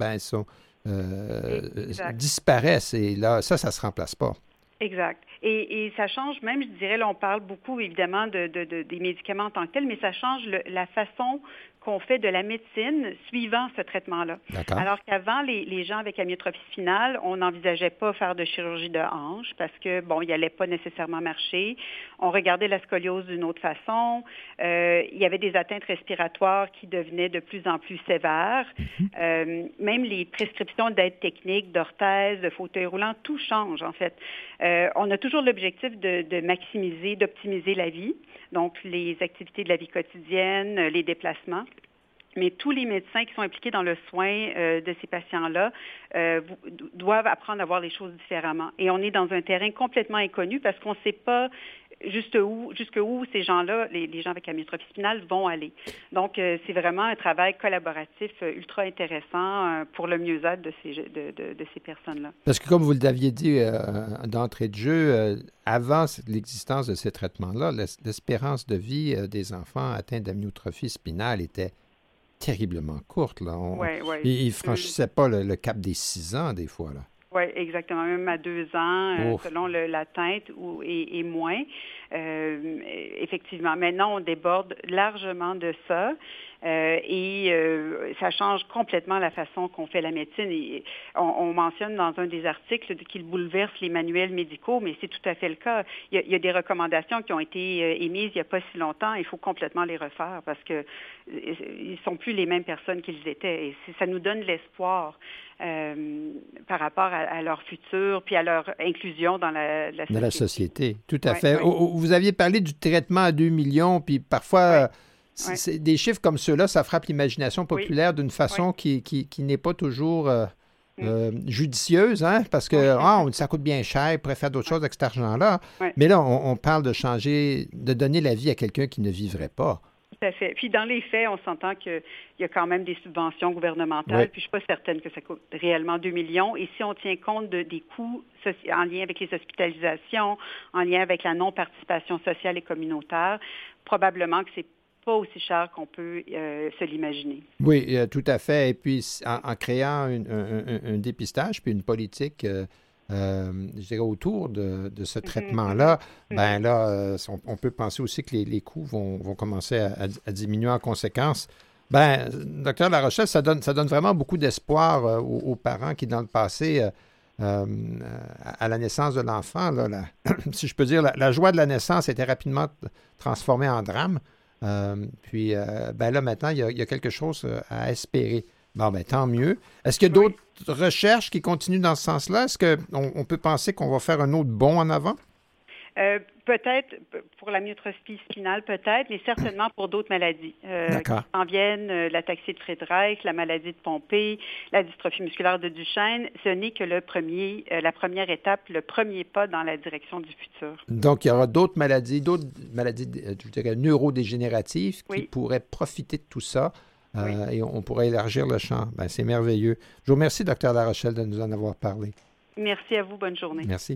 disparaissent. Et là, ça ne se remplace pas. Exact. Et ça change même, je dirais, là, on parle beaucoup, évidemment, des médicaments en tant que tels, mais ça change la façon qu'on fait de la médecine suivant ce traitement-là. D'accord. Alors qu'avant, les gens avec amyotrophie spinale, on n'envisageait pas faire de chirurgie de hanche parce que, bon, il n'allait pas nécessairement marcher. On regardait la scoliose d'une autre façon. Il y avait des atteintes respiratoires qui devenaient de plus en plus sévères. Même les prescriptions d'aide technique, d'orthèse, de fauteuil roulant, tout change, en fait. On a toujours l'objectif de maximiser, d'optimiser la vie, donc les activités de la vie quotidienne, les déplacements. Mais tous les médecins qui sont impliqués dans le soin de ces patients-là doivent apprendre à voir les choses différemment. Et on est dans un terrain complètement inconnu parce qu'on ne sait pas jusqu'où ces gens-là, les gens avec amyotrophie spinale, vont aller. Donc, c'est vraiment un travail collaboratif ultra intéressant pour le mieux-être de ces personnes-là. Parce que, comme vous l'aviez dit d'entrée de jeu, avant l'existence de ces traitements-là, l'espérance de vie des enfants atteints d'amyotrophie spinale était terriblement courte. Là. Ils ne franchissaient pas le cap des 6 ans, des fois. Là. Oui, exactement. Même à 2 ans, selon l'atteinte et moins. Effectivement. Maintenant, on déborde largement de ça. Ça change complètement la façon qu'on fait la médecine. Et on mentionne dans un des articles qu'il bouleverse les manuels médicaux, mais c'est tout à fait le cas. Il y a des recommandations qui ont été émises il n'y a pas si longtemps. Il faut complètement les refaire parce que ils sont plus les mêmes personnes qu'ils étaient. Et ça nous donne l'espoir par rapport à leur futur puis à leur inclusion dans la société. Dans la société, tout à fait. Vous aviez parlé du traitement à 2 millions, puis parfois... C'est des chiffres comme ceux-là, ça frappe l'imagination populaire d'une façon qui n'est pas toujours judicieuse, hein, parce que ça coûte bien cher, il pourrait faire d'autres choses avec cet argent-là. Mais là, on parle de donner la vie à quelqu'un qui ne vivrait pas. Tout à fait. Puis dans les faits, on s'entend qu'il y a quand même des subventions gouvernementales, puis je ne suis pas certaine que ça coûte réellement 2 millions. Et si on tient compte des coûts en lien avec les hospitalisations, en lien avec la non-participation sociale et communautaire, probablement que c'est pas aussi cher qu'on peut se l'imaginer. Oui, tout à fait. Et puis, en créant un dépistage puis une politique, je dirais, autour de ce traitement-là, on peut penser aussi que les coûts vont commencer à diminuer en conséquence. Docteur Larochelle, ça donne vraiment beaucoup d'espoir aux parents qui, dans le passé, à la naissance de l'enfant, là, si je peux dire, la joie de la naissance était rapidement transformée en drame. Puis là, maintenant, il y a quelque chose à espérer. Tant mieux. Est-ce qu'il y a d'autres recherches qui continuent dans ce sens-là? Est-ce qu'on peut penser qu'on va faire un autre bond en avant? Peut-être pour la myotrophie spinale, peut-être, mais certainement pour d'autres maladies qui s'en viennent, l'ataxie de Friedreich, la maladie de Pompe, la dystrophie musculaire de Duchenne. Ce n'est que la première étape, le premier pas dans la direction du futur. Donc, il y aura d'autres maladies, je dirais, neurodégénératives qui pourraient profiter de tout ça et on pourrait élargir le champ. C'est merveilleux. Je vous remercie, Dr. Larochelle, de nous en avoir parlé. Merci à vous. Bonne journée. Merci.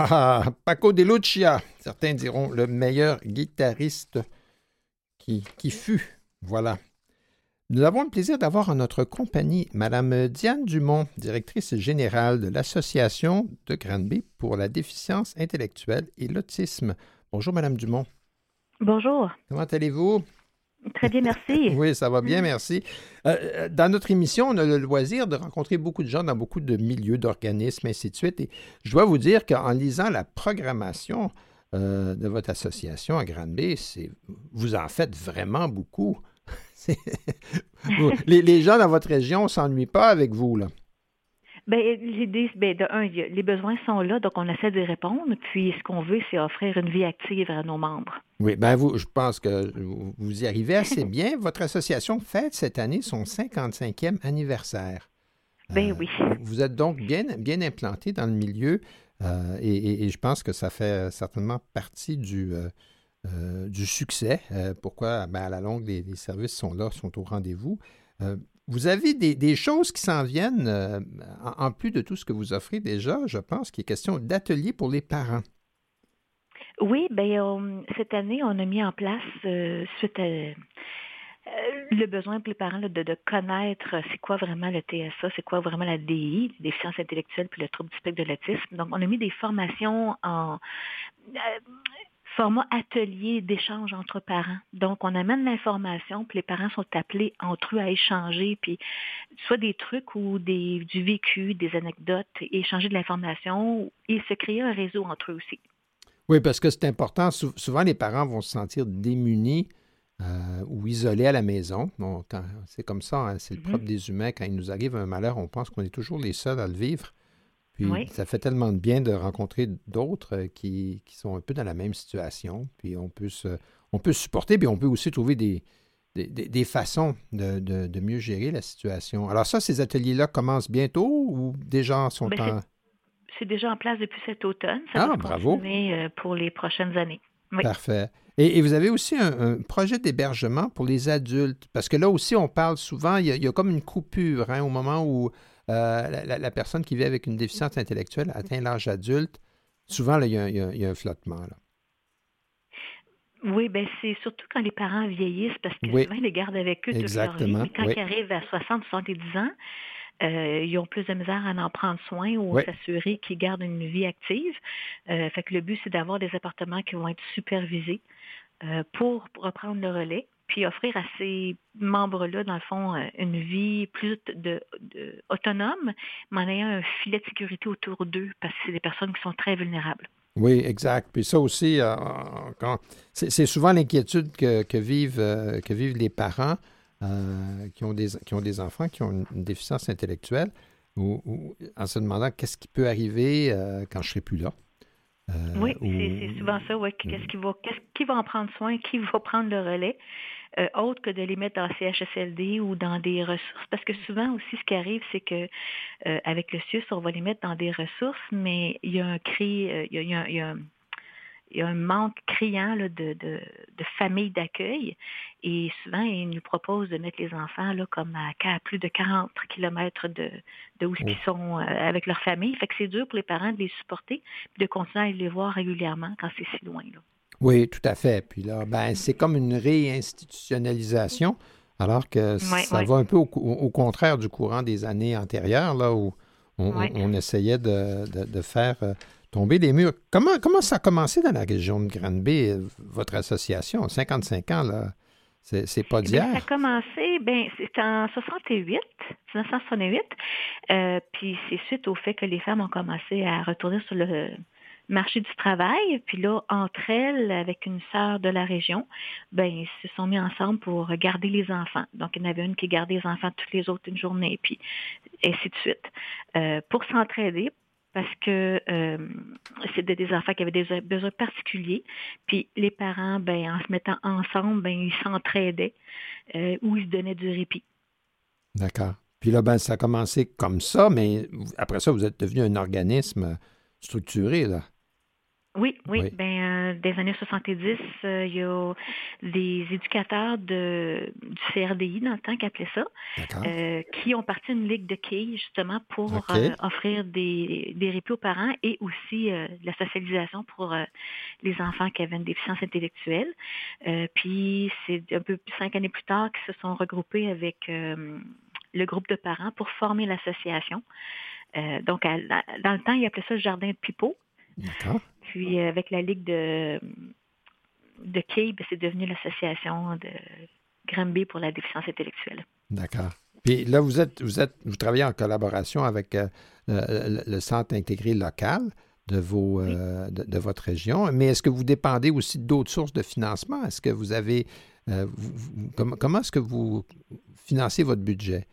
Ah, Paco de Lucia, certains diront le meilleur guitariste qui fut. Voilà. Nous avons le plaisir d'avoir en notre compagnie Mme Diane Dumont, directrice générale de l'Association de Granby pour la déficience intellectuelle et l'autisme. Bonjour, Mme Dumont. Bonjour. Comment allez-vous? Très bien, merci. Oui, ça va bien, merci. Dans notre émission, on a le loisir de rencontrer beaucoup de gens dans beaucoup de milieux, d'organismes, ainsi de suite. Et je dois vous dire qu'en lisant la programmation de votre association à Granby, vous en faites vraiment beaucoup. Les gens dans votre région ne s'ennuient pas avec vous, là. Bien, l'idée, de un, les besoins sont là, donc on essaie de répondre. Puis, ce qu'on veut, c'est offrir une vie active à nos membres. Oui, je pense que vous y arrivez assez bien. Votre association fête cette année son 55e anniversaire. Oui. Vous êtes donc bien implanté dans le milieu et je pense que ça fait certainement partie du succès. Pourquoi? À la longue, les services sont là, sont au rendez-vous. Vous avez des choses qui s'en viennent, en plus de tout ce que vous offrez déjà, je pense qu'il est question d'ateliers pour les parents. Oui, cette année, on a mis en place, suite à le besoin pour les parents de connaître c'est quoi vraiment le TSA, c'est quoi vraiment la DI, déficience intellectuelle puis le trouble du spectre de l'autisme. Donc, on a mis des formations en format atelier d'échange entre parents. Donc, on amène l'information, puis les parents sont appelés entre eux à échanger, puis soit des trucs ou du vécu, des anecdotes, et échanger de l'information et se créer un réseau entre eux aussi. Oui, parce que c'est important. Souvent, les parents vont se sentir démunis ou isolés à la maison. Bon, c'est comme ça, hein, c'est le propre des humains. Quand il nous arrive un malheur, on pense qu'on est toujours les seuls à le vivre. Puis ça fait tellement de bien de rencontrer d'autres qui sont un peu dans la même situation. Puis on peut se supporter, puis on peut aussi trouver des façons de mieux gérer la situation. Alors ça, ces ateliers-là commencent bientôt ou déjà sont C'est déjà en place depuis cet automne. Ça va continuer pour les prochaines années. Oui. Parfait. Et vous avez aussi un projet d'hébergement pour les adultes, parce que là aussi, on parle souvent, il y a comme une coupure au moment où la personne qui vit avec une déficience intellectuelle atteint l'âge adulte. Souvent, là, il y a un flottement. Là. Oui, c'est surtout quand les parents vieillissent, parce que souvent, ils les gardent avec eux toute leur vie. Mais quand ils arrivent à 60, 70 ans, ils ont plus de misère à en prendre soin ou s'assurer qu'ils gardent une vie active. Fait que le but, c'est d'avoir des appartements qui vont être supervisés pour reprendre le relais, puis offrir à ces membres-là, dans le fond, une vie plus autonome, mais en ayant un filet de sécurité autour d'eux, parce que c'est des personnes qui sont très vulnérables. Oui, exact. Puis ça aussi, c'est souvent l'inquiétude que vivent les parents qui ont des enfants qui ont une déficience intellectuelle, ou en se demandant qu'est-ce qui peut arriver quand je ne serai plus là. C'est souvent ça, qui va en prendre soin, qui va prendre le relais, autre que de les mettre en CHSLD ou dans des ressources, parce que souvent aussi ce qui arrive, c'est que avec le CIUS, on va les mettre dans des ressources, mais il y a il y a un manque criant là, de familles d'accueil, et souvent, ils nous proposent de mettre les enfants là, comme à plus de 40 km de où ils sont avec leur famille. Fait que c'est dur pour les parents de les supporter et de continuer à les voir régulièrement quand c'est si loin. Là. Oui, tout à fait. Puis là, c'est comme une réinstitutionnalisation, alors que ça va un peu au contraire du courant des années antérieures, là, où on essayait de faire tomber les murs. Comment ça a commencé dans la région de Granby, votre association? 55 ans, là, c'est pas d'hier. Ça a commencé, c'est en 1968. Puis c'est suite au fait que les femmes ont commencé à retourner sur le marché du travail. Puis là, entre elles, avec une sœur de la région, ils se sont mis ensemble pour garder les enfants. Donc, il y en avait une qui gardait les enfants toutes les autres une journée, puis ainsi de suite. Pour s'entraider, parce que c'était des enfants qui avaient des besoins particuliers. Puis les parents, en se mettant ensemble, ils s'entraidaient ou ils se donnaient du répit. D'accord. Puis là, ça a commencé comme ça, mais après ça, vous êtes devenu un organisme structuré, là. Oui, Oui. des années 70, il y a des éducateurs du CRDI, dans le temps qu'ils appelaient ça, D'accord. qui ont parti une ligue de quilles, justement, pour OK. offrir des répits aux parents et aussi de la socialisation pour les enfants qui avaient une déficience intellectuelle. Puis, c'est un peu plus 5 années plus tard qu'ils se sont regroupés avec le groupe de parents pour former l'association. Donc, dans le temps, ils appelaient ça le jardin de Pipeau. D'accord. Puis, avec la Ligue de quilles, c'est devenu l'association de Granby pour la déficience intellectuelle. D'accord. Puis là, vous travaillez en collaboration avec le centre intégré local de de votre région, mais est-ce que vous dépendez aussi d'autres sources de financement? Est-ce que vous avez comment est-ce que vous financez votre budget?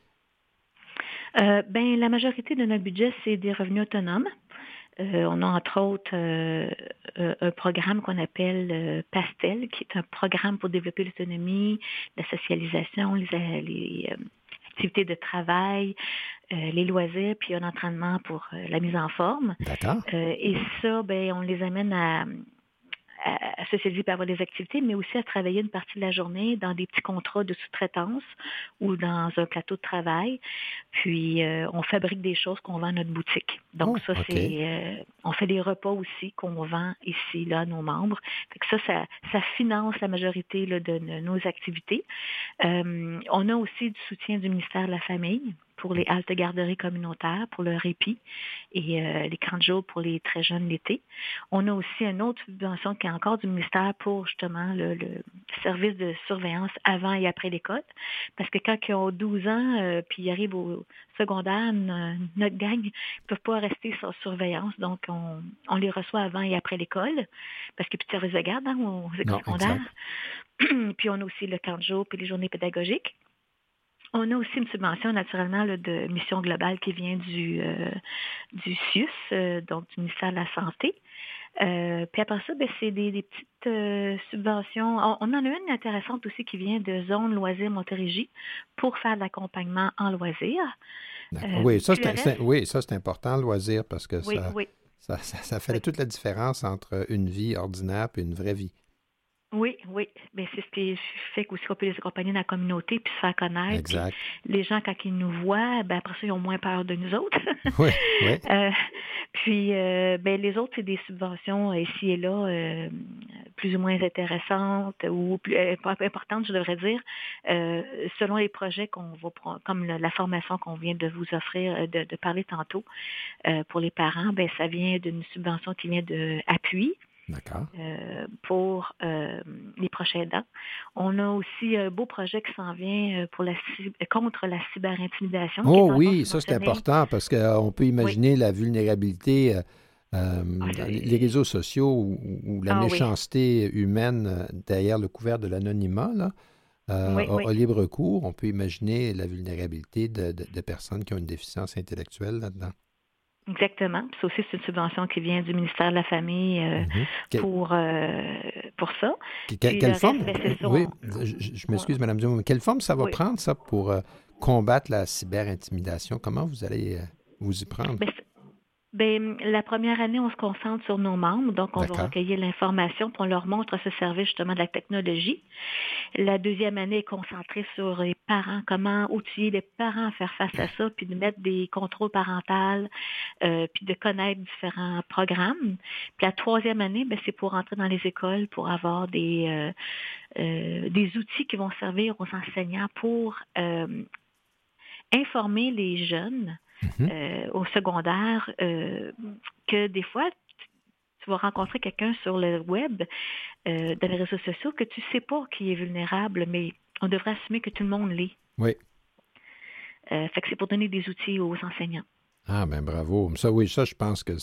La majorité de notre budget, c'est des revenus autonomes. On a entre autres un programme qu'on appelle PASTEL, qui est un programme pour développer l'autonomie, la socialisation, les activités de travail, les loisirs, puis un entraînement pour la mise en forme. D'accord. Et ça, on les amène à socialiser par avoir des activités, mais aussi à travailler une partie de la journée dans des petits contrats de sous-traitance ou dans un plateau de travail. Puis, on fabrique des choses qu'on vend à notre boutique. Donc, c'est... on fait des repas aussi qu'on vend ici, là, à nos membres. Fait que ça finance la majorité là, de nos activités. On a aussi du soutien du ministère de la Famille pour les haltes garderies communautaires, pour le répit et les camps de jour pour les très jeunes l'été. On a aussi une autre subvention qui est encore du ministère pour justement le service de surveillance avant et après l'école. Parce que quand ils ont 12 ans puis ils arrivent au secondaire, notre gang ne peuvent pas rester sans surveillance. Donc, on les reçoit avant et après l'école parce qu'il n'y a plus de service de garde aux écoles secondaires. Puis on a aussi le camp de jour puis les journées pédagogiques. On a aussi une subvention, naturellement, là, de Mission Globale qui vient du CIUS, donc du ministère de la Santé. Puis après ça, c'est des petites subventions. On en a une intéressante aussi qui vient de Zone Loisirs Montérégie pour faire de l'accompagnement en loisirs. Oui, ça c'est important, le loisir, parce que ça fait toute la différence entre une vie ordinaire et une vraie vie. Oui. C'est ce qui fait aussi qu'on peut les accompagner dans la communauté puis se faire connaître. Exact. Puis les gens, quand ils nous voient, après ça, ils ont moins peur de nous autres. Oui. Puis les autres, c'est des subventions ici et là, plus ou moins intéressantes ou plus importantes, je devrais dire, selon les projets qu'on va prendre, comme la formation qu'on vient de vous offrir, de parler tantôt pour les parents, ça vient d'une subvention qui vient de Appui. D'accord. Pour les prochains aidants. On a aussi un beau projet qui s'en vient contre la cyberintimidation. Oh oui, ça c'est important parce qu'on peut imaginer la vulnérabilité, les réseaux sociaux ou la méchanceté humaine derrière le couvert de l'anonymat, là, a libre cours. On peut imaginer la vulnérabilité de personnes qui ont une déficience intellectuelle là-dedans. Exactement. Puis ça aussi, c'est une subvention qui vient du ministère de la Famille pour ça. Quelle forme? Oui, je m'excuse, Mme Dumont, mais quelle forme ça va prendre, ça, pour combattre la cyberintimidation? Comment vous allez vous y prendre? La première année, on se concentre sur nos membres, donc on va recueillir l'information, puis on leur montre ce service justement de la technologie. La deuxième année est concentrée sur les parents, comment outiller les parents à faire face à ça, puis de mettre des contrôles parentaux, puis de connaître différents programmes. Puis la troisième année, c'est pour entrer dans les écoles, pour avoir des outils qui vont servir aux enseignants pour informer les jeunes au secondaire, que des fois, tu vas rencontrer quelqu'un sur le web, dans les réseaux sociaux, que tu ne sais pas qui est vulnérable, mais on devrait assumer que tout le monde l'est. Oui. Fait que c'est pour donner des outils aux enseignants. Ah, bravo. Ça, je pense que...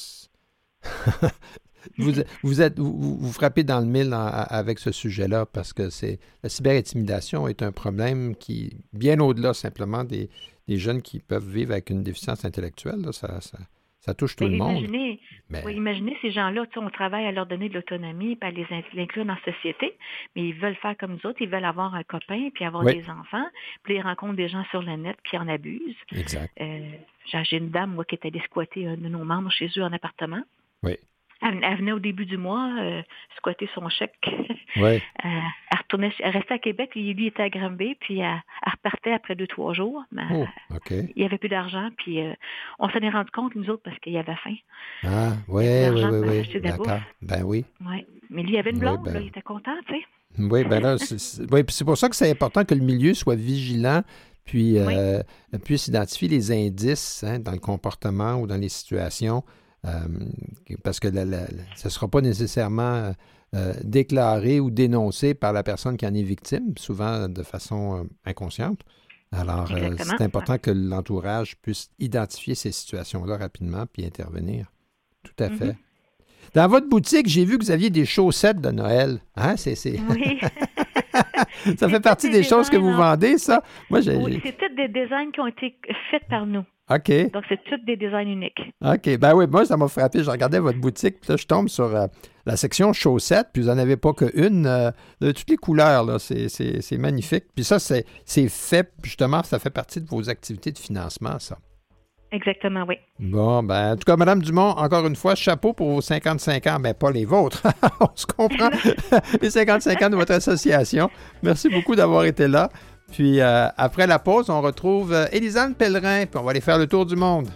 vous frappez dans le mille avec ce sujet-là parce que la cyberintimidation est un problème qui, bien au-delà simplement des jeunes qui peuvent vivre avec une déficience intellectuelle, là, ça touche tout le monde. Imaginez ces gens-là, on travaille à leur donner de l'autonomie puis à les inclure dans la société, mais ils veulent faire comme nous autres, ils veulent avoir un copain puis avoir des enfants, puis ils rencontrent des gens sur le net puis ils en abusent. Exact. J'ai une dame, moi, qui est allée squatter un de nos membres chez eux en appartement. Oui. Elle venait au début du mois squatter son chèque. Oui. Elle restait à Québec, lui était à Granby, puis elle repartait après 2-3 jours. Mais OK. il n'y avait plus d'argent, puis on s'en est rendu compte, nous autres, parce qu'il y avait faim. Ah, oui. D'accord. Ben oui. Oui. Mais lui, il avait une blonde, là, il était content, tu sais. Oui, ben là, c'est pour ça que c'est important que le milieu soit vigilant, puis puisse identifier les indices dans le comportement ou dans les situations, parce que ce ne sera pas nécessairement déclaré ou dénoncé par la personne qui en est victime, souvent de façon inconsciente. Alors, c'est important que l'entourage puisse identifier ces situations-là rapidement puis intervenir. Tout à fait. Dans votre boutique, j'ai vu que vous aviez des chaussettes de Noël. Hein? Oui. Ça fait partie des choses que vous vendez, ça? Moi, Oui, c'est tous des designs qui ont été faits par nous. OK. Donc, c'est tous des designs uniques. OK. Ben oui, moi, ça m'a frappé. Je regardais votre boutique, puis là, je tombe sur la section chaussettes, puis vous n'en avez pas qu'une, de toutes les couleurs, là. C'est magnifique. Puis ça, c'est fait, justement, ça fait partie de vos activités de financement, ça. Exactement, oui. Bon, ben, en tout cas, Mme Dumont, encore une fois, chapeau pour vos 55 ans. Ben, pas les vôtres. On se comprend. Les 55 ans de votre association. Merci beaucoup d'avoir été là. Puis, après la pause, on retrouve Élisane Pellerin, puis on va aller faire le tour du monde.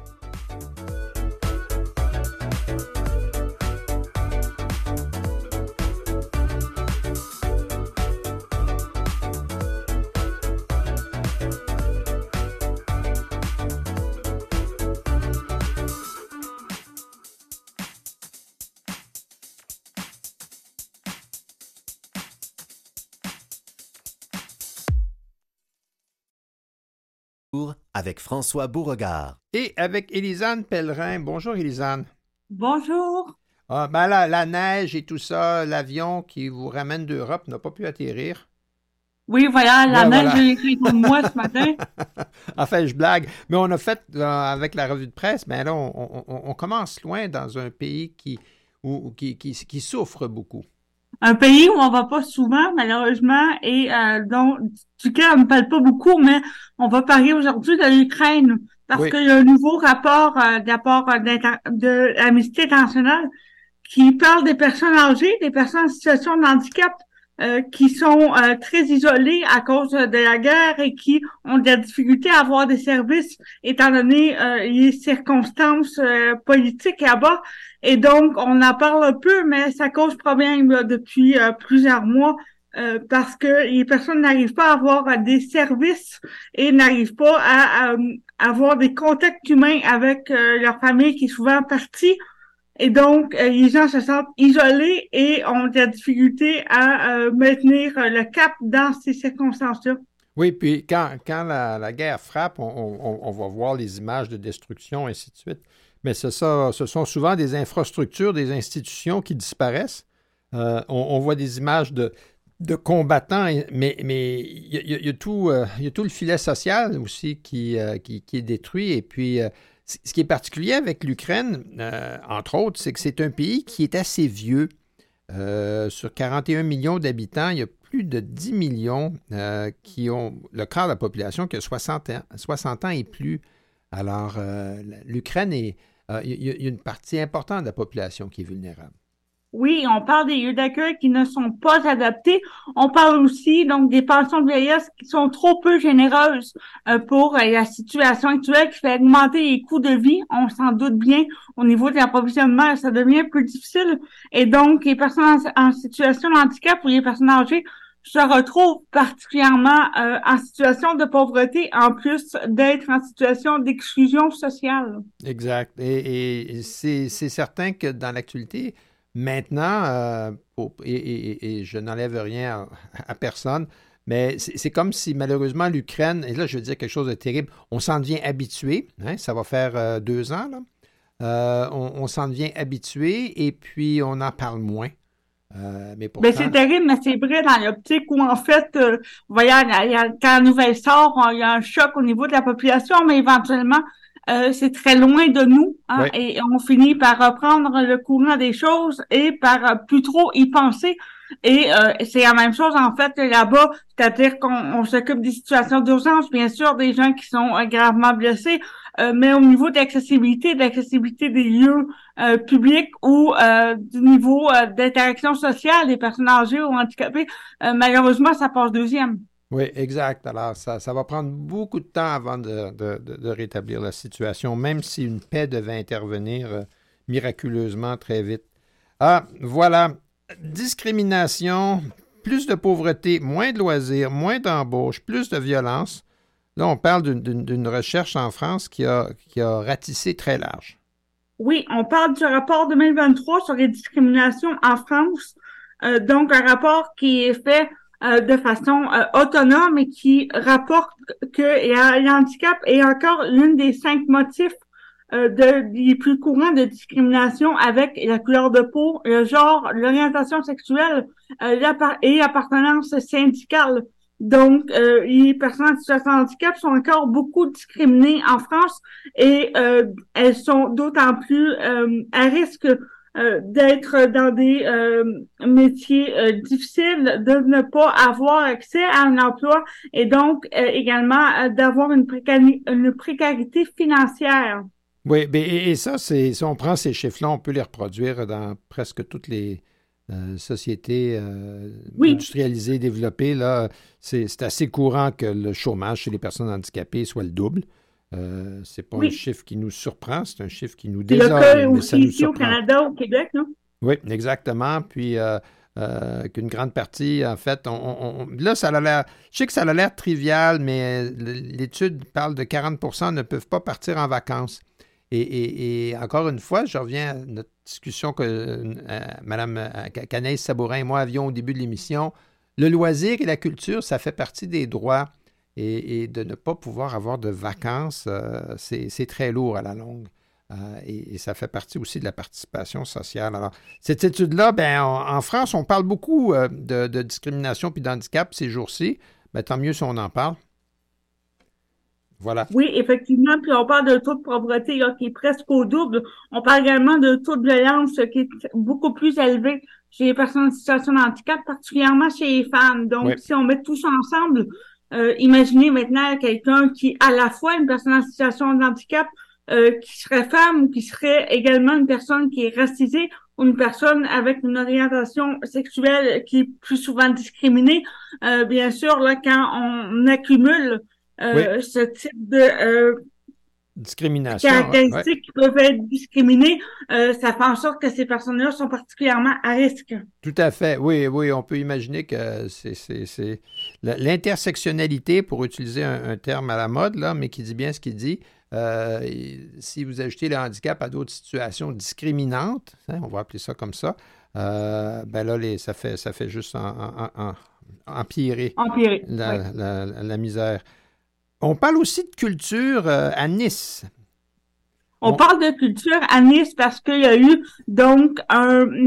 Avec François Beauregard. Et avec Élisane Pellerin. Bonjour, Élisane. Bonjour. Ah, ben là, la neige et tout ça, l'avion qui vous ramène d'Europe n'a pas pu atterrir. Oui, voilà, la neige, j'ai écrit pour moi ce matin. Enfin, je blague. Mais on a fait, avec la revue de presse, ben là, on commence loin dans un pays qui souffre beaucoup. Un pays où on va pas souvent, malheureusement, et dont duquel on ne parle pas beaucoup, mais on va parler aujourd'hui de l'Ukraine, parce qu'il y a un nouveau rapport de l'Amnesty International qui parle des personnes âgées, des personnes en situation de handicap, qui sont très isolées à cause de la guerre et qui ont de la difficulté à avoir des services étant donné les circonstances politiques là-bas. Et donc, on en parle un peu, mais ça cause problème là, depuis plusieurs mois parce que les personnes n'arrivent pas à avoir des services et n'arrivent pas à avoir des contacts humains avec leur famille qui est souvent partie. Et donc, les gens se sentent isolés et ont de la difficulté à maintenir le cap dans ces circonstances-là. Oui, puis quand la guerre frappe, on va voir les images de destruction, ainsi de suite. Mais ce sont souvent des infrastructures, des institutions qui disparaissent. On voit des images de combattants, mais il y a tout le filet social aussi qui est détruit. Et puis, ce qui est particulier avec l'Ukraine, entre autres, c'est que c'est un pays qui est assez vieux. Sur 41 millions d'habitants, il y a plus de 10 millions qui ont le quart de la population qui a 60 ans et plus. Alors, l'Ukraine il y a une partie importante de la population qui est vulnérable. Oui, on parle des lieux d'accueil qui ne sont pas adaptés. On parle aussi donc des pensions de vieillesse qui sont trop peu généreuses pour la situation actuelle qui fait augmenter les coûts de vie. On s'en doute bien au niveau de l'approvisionnement, ça devient plus difficile. Et donc, les personnes en situation de handicap ou les personnes âgées se retrouvent particulièrement en situation de pauvreté, en plus d'être en situation d'exclusion sociale. Exact. Et c'est certain que dans l'actualité, maintenant, et je n'enlève rien à personne, mais c'est comme si malheureusement l'Ukraine, et là je veux dire quelque chose de terrible, on s'en devient habitué, hein, ça va faire 2 ans, là. On s'en devient habitué et puis on en parle moins. Mais pourtant... c'est terrible, mais c'est vrai dans l'optique où, en fait, quand la nouvelle sort, il y a un choc au niveau de la population, mais éventuellement, c'est très loin de nous, hein, oui. Et on finit par reprendre le courant des choses et par plus trop y penser. Et c'est la même chose, en fait, là-bas, c'est-à-dire qu'on s'occupe des situations d'urgence, bien sûr, des gens qui sont gravement blessés, mais au niveau de l'accessibilité des lieux publics ou du niveau d'interaction sociale des personnes âgées ou handicapées, malheureusement, ça passe deuxième. Oui, exact. Alors, ça va prendre beaucoup de temps avant de rétablir la situation, même si une paix devait intervenir miraculeusement très vite. Ah, voilà. Discrimination, plus de pauvreté, moins de loisirs, moins d'embauches, plus de violence. Là, on parle d'une recherche en France qui a ratissé très large. Oui, on parle du rapport 2023 sur les discriminations en France. Donc, un rapport qui est fait de façon autonome et qui rapporte que le handicap est encore l'une des 5 motifs des plus courants de discrimination avec la couleur de peau, le genre, l'orientation sexuelle et l'appartenance syndicale. Donc, les personnes en situation de handicap sont encore beaucoup discriminées en France et elles sont d'autant plus à risque d'être dans des métiers difficiles, de ne pas avoir accès à un emploi et donc également d'avoir une précarité financière. Oui, et ça, si on prend ces chiffres-là, on peut les reproduire dans presque toutes les sociétés industrialisées, développées. Là, c'est assez courant que le chômage chez les personnes handicapées soit le double. C'est pas un chiffre qui nous surprend, c'est un chiffre qui nous désole. C'est le cas aussi ici au Canada, au Québec, non? Oui, exactement. Puis qu'une grande partie, en fait, là, ça a l'air. Je sais que ça a l'air trivial, mais l'étude parle de 40% ne peuvent pas partir en vacances. Et encore une fois, je reviens à notre discussion que Mme Canaïs Sabourin et moi avions au début de l'émission. Le loisir et la culture, ça fait partie des droits. Et de ne pas pouvoir avoir de vacances, c'est très lourd à la longue. Et ça fait partie aussi de la participation sociale. Alors, cette étude-là, en France, on parle beaucoup de discrimination puis d'handicap ces jours-ci. Tant mieux si on en parle. Voilà. Oui, effectivement. Puis on parle de taux de pauvreté là, qui est presque au double. On parle également de taux de violence qui est beaucoup plus élevé chez les personnes en situation de handicap, particulièrement chez les femmes. Donc, si on met tout ça ensemble, imaginez maintenant quelqu'un qui est à la fois une personne en situation de handicap, qui serait femme ou qui serait également une personne qui est racisée ou une personne avec une orientation sexuelle qui est plus souvent discriminée. Bien sûr, là, quand on accumule ce type de discrimination, caractéristiques qui peuvent être discriminées, ça fait en sorte que ces personnes-là sont particulièrement à risque. Tout à fait. Oui, on peut imaginer que c'est l'intersectionnalité, pour utiliser un terme à la mode, là, mais qui dit bien ce qu'il dit. Si vous ajoutez le handicap à d'autres situations discriminantes, on va appeler ça comme ça, là, ça fait juste empirer la misère. On parle aussi de culture à Nice. On parle de culture à Nice parce qu'il y a eu donc une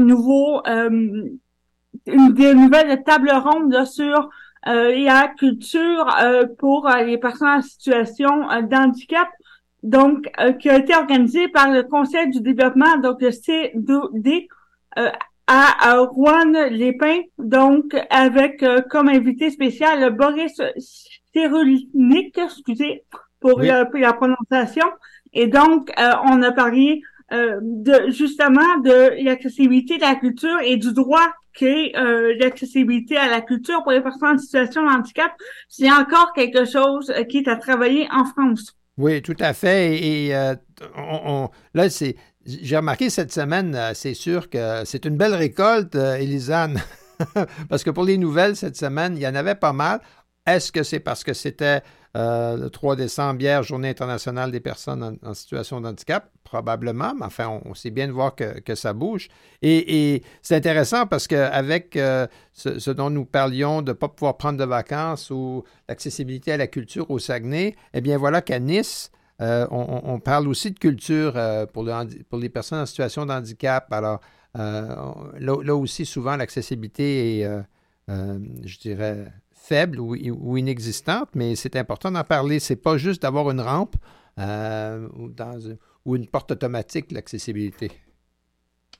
nouvelle table ronde là, sur la culture pour les personnes en situation d'handicap, donc qui a été organisée par le Conseil du développement, donc le CDD, à Rouen-les-Pins, donc avec comme invité spécial Boris Cyrulnik, excusez pour la prononciation. Et donc, on a parlé justement de l'accessibilité de la culture et du droit qu'est l'accessibilité à la culture pour les personnes en situation de handicap. C'est encore quelque chose qui est à travailler en France. Oui, tout à fait. Et là, j'ai remarqué cette semaine, c'est sûr que c'est une belle récolte, Élisane, parce que pour les nouvelles cette semaine, il y en avait pas mal. Est-ce que c'est parce que c'était le 3 décembre, hier, Journée internationale des personnes en situation de handicap? Probablement, mais enfin, on sait bien de voir que ça bouge. Et c'est intéressant parce qu'avec ce dont nous parlions de ne pas pouvoir prendre de vacances ou l'accessibilité à la culture au Saguenay, eh bien voilà qu'à Nice, on parle aussi de culture pour les personnes en situation de handicap. Alors, là aussi, souvent, l'accessibilité est, je dirais, faible ou inexistante, mais c'est important d'en parler. C'est pas juste d'avoir une rampe ou une porte automatique, l'accessibilité.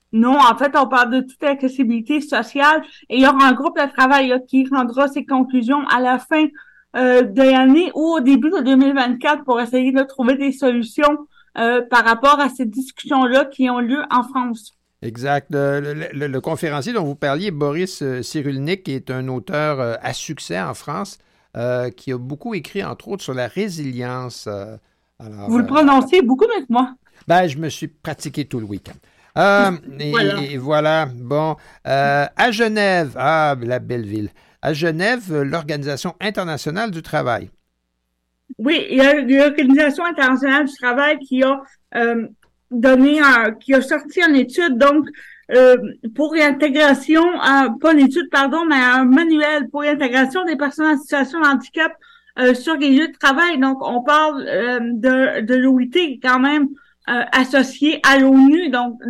Non, en fait, on parle de toute accessibilité sociale et il y aura un groupe de travail là, qui rendra ses conclusions à la fin de l'année ou au début de 2024 pour essayer de trouver des solutions par rapport à ces discussions-là qui ont lieu en France. Exact. Le conférencier dont vous parliez, Boris Cyrulnik, est un auteur à succès en France qui a beaucoup écrit, entre autres, sur la résilience. Vous le prononcez beaucoup mieux que moi. Ben, je me suis pratiqué tout le week-end. Et voilà. Bon. À Genève, la belle ville. À Genève, l'Organisation internationale du travail. Oui, il y a l'Organisation internationale du travail qui a qui a sorti une étude, donc, pour l'intégration, pas une étude, pardon, mais un manuel pour l'intégration des personnes en situation de handicap sur les lieux de travail. Donc, on parle de l'OIT quand même associé à l'ONU, donc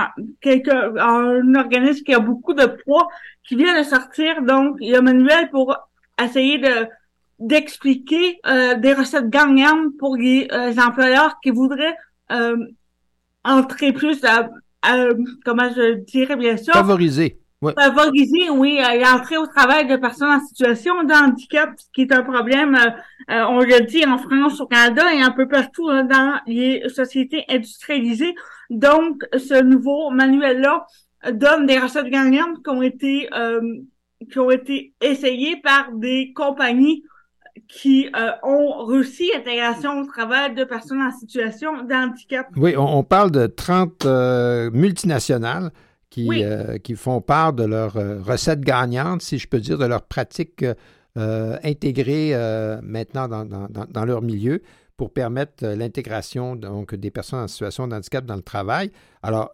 un organisme qui a beaucoup de poids, qui vient de sortir, donc, il y a un manuel pour essayer d'expliquer des recettes gagnantes pour les employeurs qui voudraient entrer plus comment je dirais bien sûr? Favoriser. Ouais. Favoriser, oui, l'entrée au travail de personnes en situation de handicap, ce qui est un problème, on le dit en France, au Canada et un peu partout dans les sociétés industrialisées. Donc, ce nouveau manuel-là donne des recettes gagnantes qui ont été essayées par des compagnies qui ont réussi l'intégration au travail de personnes en situation de handicap. Oui, on parle de 30 multinationales qui font part de leurs recettes gagnantes, si je peux dire, de leurs pratiques intégrées maintenant dans leur milieu pour permettre l'intégration donc des personnes en situation de handicap dans le travail. Alors,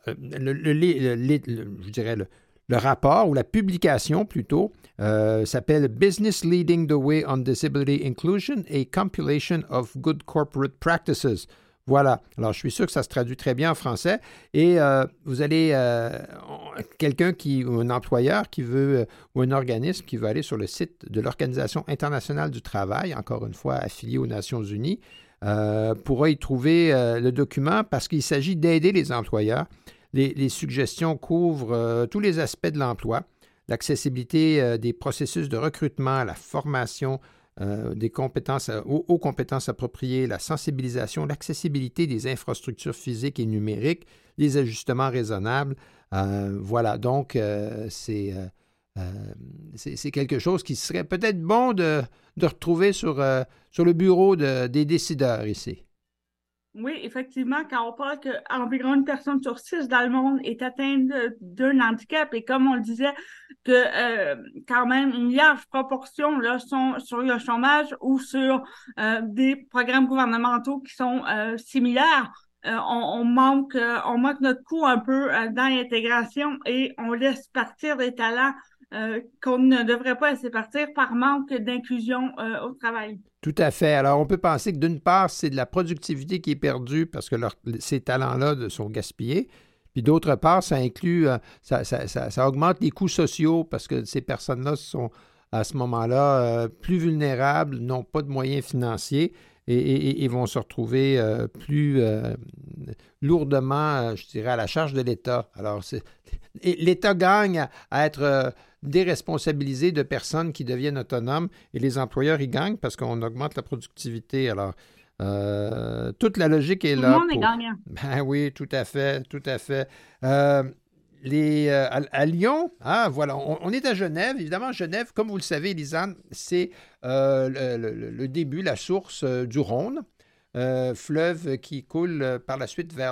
je dirais le rapport ou la publication plutôt s'appelle Business Leading the Way on Disability Inclusion, a Compilation of Good Corporate Practices. Voilà. Alors, je suis sûr que ça se traduit très bien en français. Et vous allez, quelqu'un ou un employeur qui veut, ou un organisme qui veut aller sur le site de l'Organisation internationale du travail, encore une fois affiliée aux Nations unies, pourra y trouver le document parce qu'il s'agit d'aider les employeurs. Les suggestions couvrent tous les aspects de l'emploi, l'accessibilité des processus de recrutement, la formation, des compétences aux compétences appropriées, la sensibilisation, l'accessibilité des infrastructures physiques et numériques, les ajustements raisonnables. Voilà, donc c'est quelque chose qui serait peut-être bon de retrouver sur le bureau des décideurs ici. Oui, effectivement, quand on parle qu'environ une personne sur 6 dans le monde est atteinte d'un handicap et comme on le disait, que quand même une large proportion là, sont sur le chômage ou sur des programmes gouvernementaux qui sont similaires, on manque notre coup un peu dans l'intégration et on laisse partir des talents qu'on ne devrait pas laisser partir par manque d'inclusion au travail. Tout à fait. Alors, on peut penser que d'une part, c'est de la productivité qui est perdue parce que ces talents-là sont gaspillés. Puis d'autre part, ça inclut, ça augmente les coûts sociaux parce que ces personnes-là sont à ce moment-là plus vulnérables, n'ont pas de moyens financiers et vont se retrouver plus lourdement, je dirais, à la charge de l'État. Alors, l'État gagne à être déresponsabilisé de personnes qui deviennent autonomes et les employeurs y gagnent parce qu'on augmente la productivité. Alors, toute la logique est là. Tout le monde est gagnant. Ben oui, tout à fait, tout à fait. À Lyon, voilà, on est à Genève. Évidemment, Genève, comme vous le savez, Lisanne, c'est le début, la source du Rhône, fleuve qui coule par la suite vers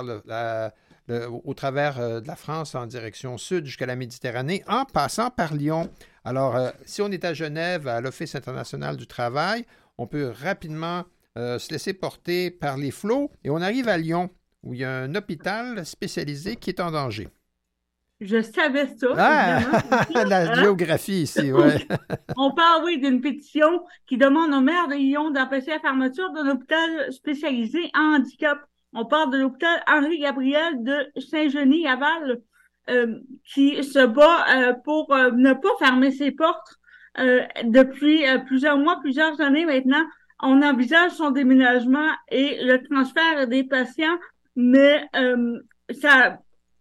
au travers de la France en direction sud jusqu'à la Méditerranée, en passant par Lyon. Alors, si on est à Genève, à l'Office international du travail, on peut rapidement se laisser porter par les flots et on arrive à Lyon, où il y a un hôpital spécialisé qui est en danger. Je savais ça. La géographie ici, oui. On parle, oui, d'une pétition qui demande au maire de Lyon d'empêcher la fermeture d'un hôpital spécialisé en handicap. On parle de l'hôpital Henri-Gabriel de Saint-Genis-Laval qui se bat pour ne pas fermer ses portes depuis plusieurs mois, plusieurs années maintenant. On envisage son déménagement et le transfert des patients, mais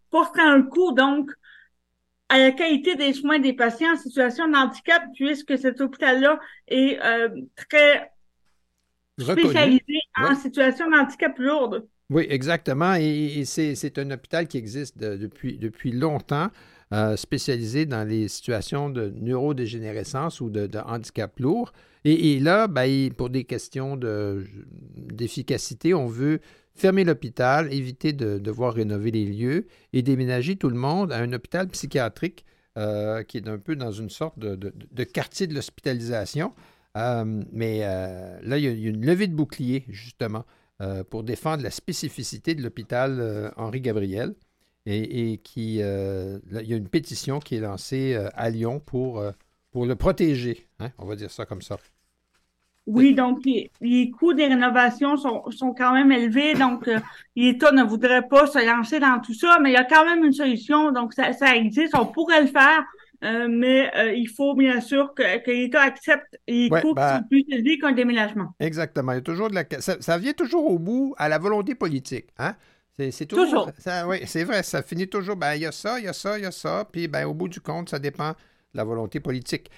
porterait un coup, donc, à la qualité des soins des patients en situation de handicap, puisque cet hôpital-là est très spécialisé en situation de handicap lourde. Oui, exactement. Et c'est un hôpital qui existe depuis longtemps, spécialisé dans les situations de neurodégénérescence ou de handicap lourd. Et là, ben, pour des questions d'efficacité, on veut fermer l'hôpital, éviter de devoir rénover les lieux et déménager tout le monde à un hôpital psychiatrique qui est un peu dans une sorte de quartier de l'hospitalisation. Mais là, il y a une levée de bouclier, justement, pour défendre la spécificité de l'hôpital Henri-Gabriel. Et il y a une pétition qui est lancée à Lyon pour le protéger. Hein? On va dire ça comme ça. Oui, donc les coûts des rénovations sont quand même élevés, donc l'État ne voudrait pas se lancer dans tout ça, mais il y a quand même une solution, donc ça existe, on pourrait le faire, mais il faut bien sûr que l'État accepte les coûts qui sont plus élevés qu'un déménagement. Exactement, il y a toujours ça vient toujours au bout à la volonté politique, hein? C'est toujours. Oui, c'est vrai, ça finit toujours, ben il y a ça, il y a ça, il y a ça, puis ben au bout du compte, ça dépend de la volonté politique.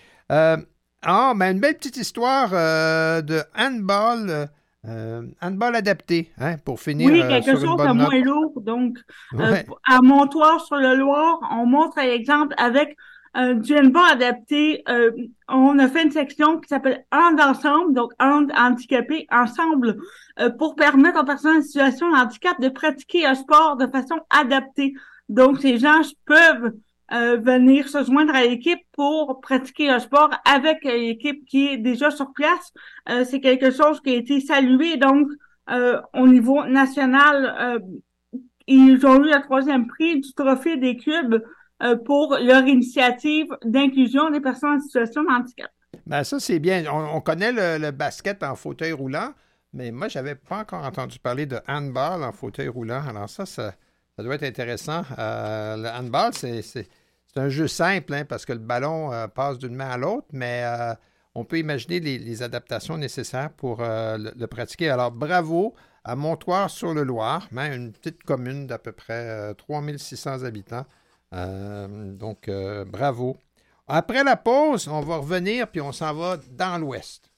Une belle petite histoire de handball, handball adapté, hein, pour finir oui, quelque sur une chose bonne de note. moins lourd. Donc, à Montoire-sur-le-Loir, on montre l'exemple avec du handball adapté. On a fait une section qui s'appelle Hand ensemble, donc hand handicapé ensemble, pour permettre aux personnes en situation de handicap de pratiquer un sport de façon adaptée. Donc, ces gens peuvent venir se joindre à l'équipe pour pratiquer un sport avec l'équipe qui est déjà sur place. C'est quelque chose qui a été salué. Donc, au niveau national, ils ont eu le 3e prix du Trophée des Cubes pour leur initiative d'inclusion des personnes en situation de handicap. Ben ça, c'est bien. On connaît le basket en fauteuil roulant, mais moi, je n'avais pas encore entendu parler de handball en fauteuil roulant. Alors ça doit être intéressant. Le handball, c'est un jeu simple, hein, parce que le ballon passe d'une main à l'autre, mais on peut imaginer les adaptations nécessaires pour le pratiquer. Alors, bravo à Montoire-sur-le-Loir, hein, une petite commune d'à peu près 3600 habitants. Donc, bravo. Après la pause, on va revenir, puis on s'en va dans l'Ouest.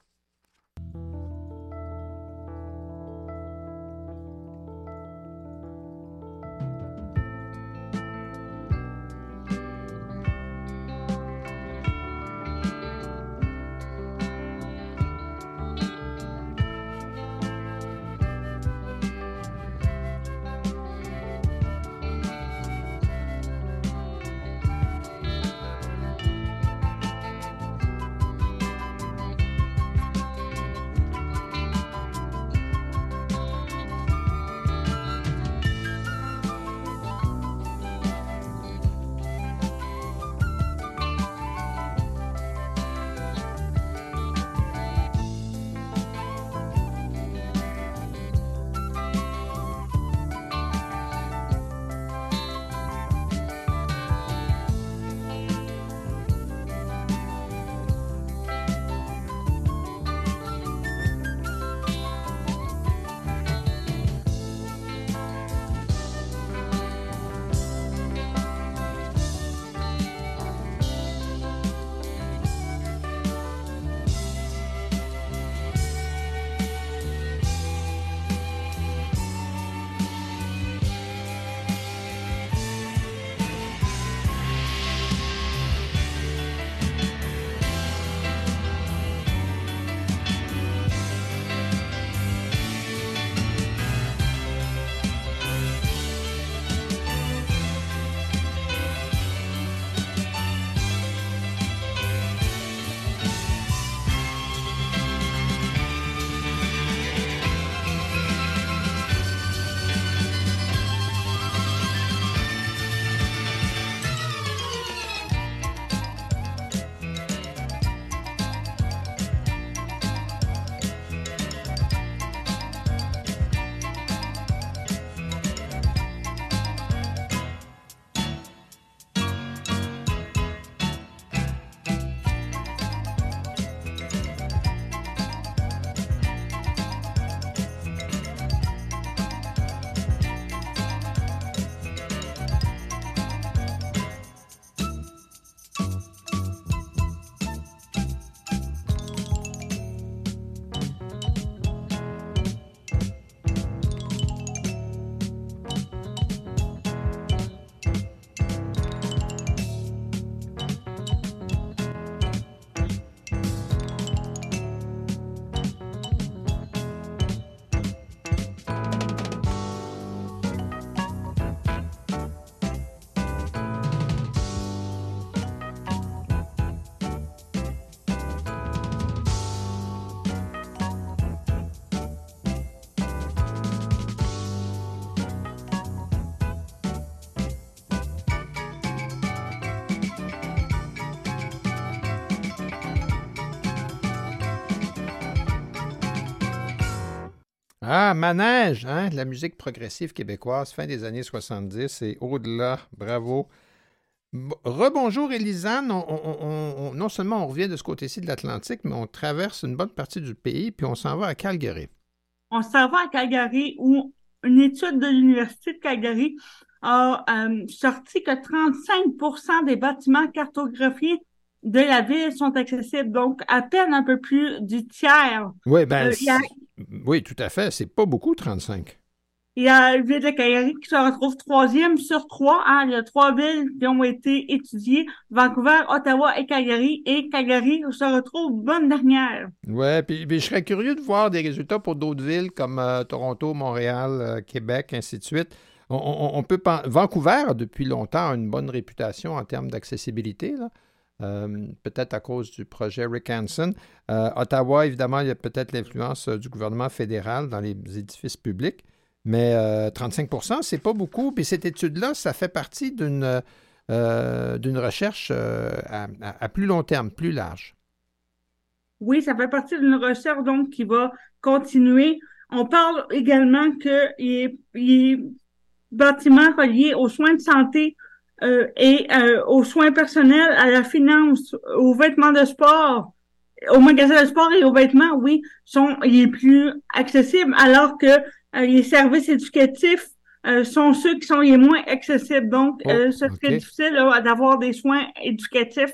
Ah, Manège, hein? De la musique progressive québécoise, fin des années 70 et au-delà. Bravo. Rebonjour, Élisane. Non seulement on revient de ce côté-ci de l'Atlantique, mais on traverse une bonne partie du pays, puis on s'en va à Calgary. On s'en va à Calgary, où une étude de l'Université de Calgary a sorti que 35% des bâtiments cartographiés de la ville sont accessibles, donc à peine un peu plus du tiers. Oui, oui, tout à fait. C'est pas beaucoup, 35. Il y a la ville de Calgary qui se retrouve 3e sur 3. Hein. Il y a 3 villes qui ont été étudiées, Vancouver, Ottawa et Calgary se retrouve bonne dernière. Oui, puis je serais curieux de voir des résultats pour d'autres villes comme Toronto, Montréal, Québec, ainsi de suite. Vancouver, depuis longtemps, a une bonne réputation en termes d'accessibilité, là. Peut-être à cause du projet Rick Hansen. Ottawa, évidemment, il y a peut-être l'influence du gouvernement fédéral dans les édifices publics, mais 35%, c'est pas beaucoup. Puis cette étude-là, ça fait partie d'une recherche à plus long terme, plus large. Oui, ça fait partie d'une recherche donc qui va continuer. On parle également qu'il y a bâtiments reliés aux soins de santé et aux soins personnels, à la finance, aux vêtements de sport, aux magasins de sport et aux vêtements, oui, sont les plus accessibles, alors que les services éducatifs sont ceux qui sont les moins accessibles. Donc, ce serait difficile d'avoir des soins éducatifs,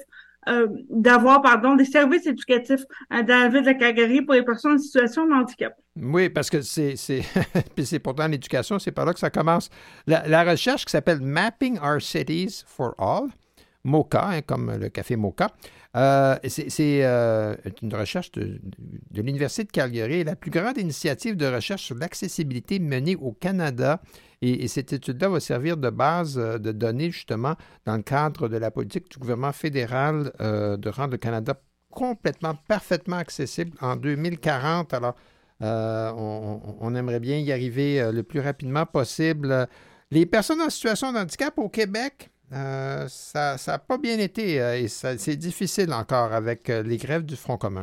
des services éducatifs dans la ville de Calgary pour les personnes en situation de handicap. Oui, parce que puis c'est pourtant l'éducation, c'est par là que ça commence. La recherche qui s'appelle Mapping Our Cities for All, MoCA, hein, comme le café MoCA, c'est une recherche de l'Université de Calgary, la plus grande initiative de recherche sur l'accessibilité menée au Canada. Et cette étude-là va servir de base de données, justement, dans le cadre de la politique du gouvernement fédéral de rendre le Canada complètement, parfaitement accessible en 2040. Alors, on aimerait bien y arriver le plus rapidement possible. Les personnes en situation de handicap au Québec, ça n'a pas bien été et c'est difficile encore avec les grèves du Front commun.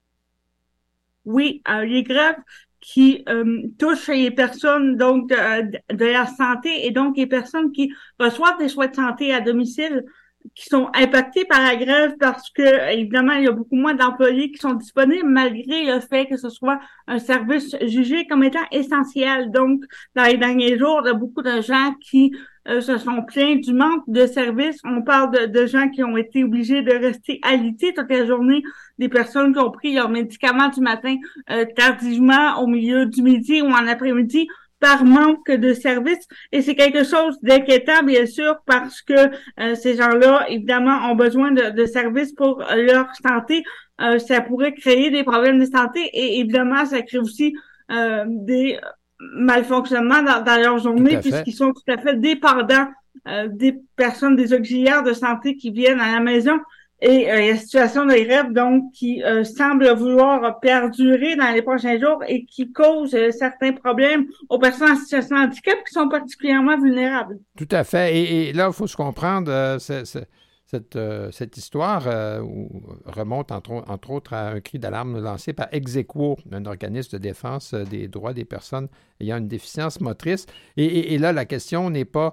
Oui, les grèves qui touchent les personnes donc de la santé et donc les personnes qui reçoivent des soins de santé à domicile qui sont impactés par la grève parce que, évidemment, il y a beaucoup moins d'employés qui sont disponibles malgré le fait que ce soit un service jugé comme étant essentiel. Donc, dans les derniers jours, il y a beaucoup de gens qui se sont plaints du manque de services. On parle de gens qui ont été obligés de rester alités toute la journée, des personnes qui ont pris leurs médicaments du matin tardivement au milieu du midi ou en après-midi par manque de services. Et c'est quelque chose d'inquiétant, bien sûr, parce que ces gens-là, évidemment, ont besoin de services pour leur santé. Ça pourrait créer des problèmes de santé et évidemment, ça crée aussi des malfonctionnements dans leur journée puisqu'ils sont tout à fait dépendants des personnes, des auxiliaires de santé qui viennent à la maison. Et la situation de grève, donc, qui semble vouloir perdurer dans les prochains jours et qui cause certains problèmes aux personnes en situation de handicap qui sont particulièrement vulnérables. Tout à fait. Et là, il faut se comprendre, cette histoire remonte entre autres à un cri d'alarme lancé par Exequo, un organisme de défense des droits des personnes ayant une déficience motrice. Et là, la question n'est pas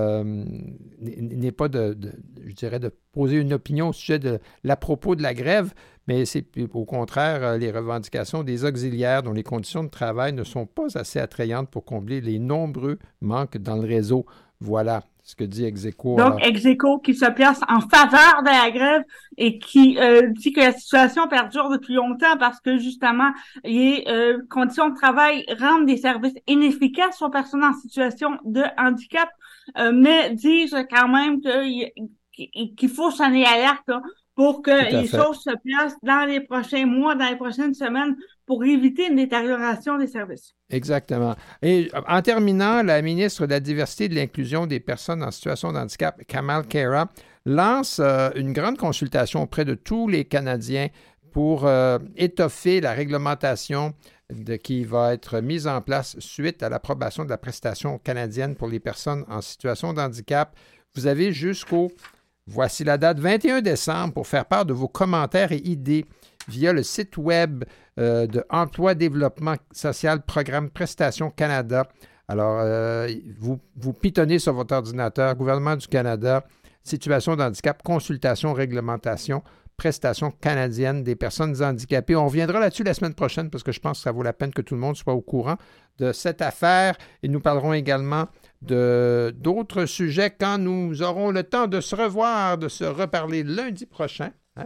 je dirais, de poser une opinion au sujet de l'à propos de la grève, mais c'est au contraire les revendications des auxiliaires dont les conditions de travail ne sont pas assez attrayantes pour combler les nombreux manques dans le réseau. Voilà ce que dit Exequo. Donc, Exequo qui se place en faveur de la grève et qui dit que la situation perdure depuis longtemps parce que, justement, les conditions de travail rendent des services inefficaces aux personnes en situation de handicap, mais disent quand même qu'il faut sonner l'alerte pour que les choses se placent dans les prochains mois, dans les prochaines semaines, pour éviter une détérioration des services. Exactement. Et en terminant, la ministre de la Diversité et de l'Inclusion des personnes en situation de handicap, Kamal Khera, lance une grande consultation auprès de tous les Canadiens pour étoffer la réglementation qui va être mise en place suite à l'approbation de la prestation canadienne pour les personnes en situation de handicap. Vous avez voici la date, 21 décembre, pour faire part de vos commentaires et idées. via le site web de Emploi, Développement social, Programme Prestations Canada. Alors, vous pitonnez sur votre ordinateur, Gouvernement du Canada, situation de handicap, consultation, réglementation, prestations canadiennes des personnes handicapées. On reviendra là-dessus la semaine prochaine parce que je pense que ça vaut la peine que tout le monde soit au courant de cette affaire. Et nous parlerons également d'autres sujets quand nous aurons le temps de se revoir, de se reparler lundi prochain. Hein?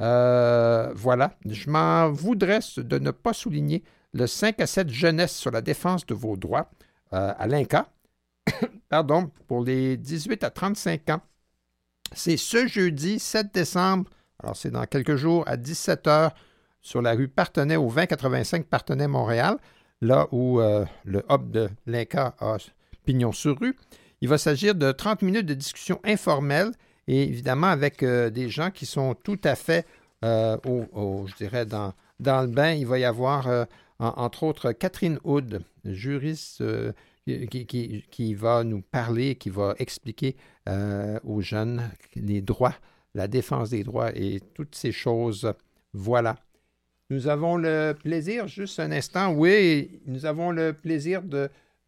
Voilà. Je m'en voudrais de ne pas souligner le 5 à 7 jeunesse sur la défense de vos droits à l'INCA, pardon, pour les 18 à 35 ans. C'est ce jeudi 7 décembre, alors c'est dans quelques jours, à 17h, sur la rue Partenay, au 2085 Partenay, Montréal, là où le hub de l'INCA a pignon sur rue. Il va s'agir de 30 minutes de discussion informelle et évidemment avec des gens qui sont tout à fait, je dirais, dans le bain. Il va y avoir, entre autres, Catherine Hood, juriste qui va nous parler, qui va expliquer aux jeunes les droits, la défense des droits et toutes ces choses. Voilà. Nous avons le plaisir, juste un instant, oui, nous avons le plaisir de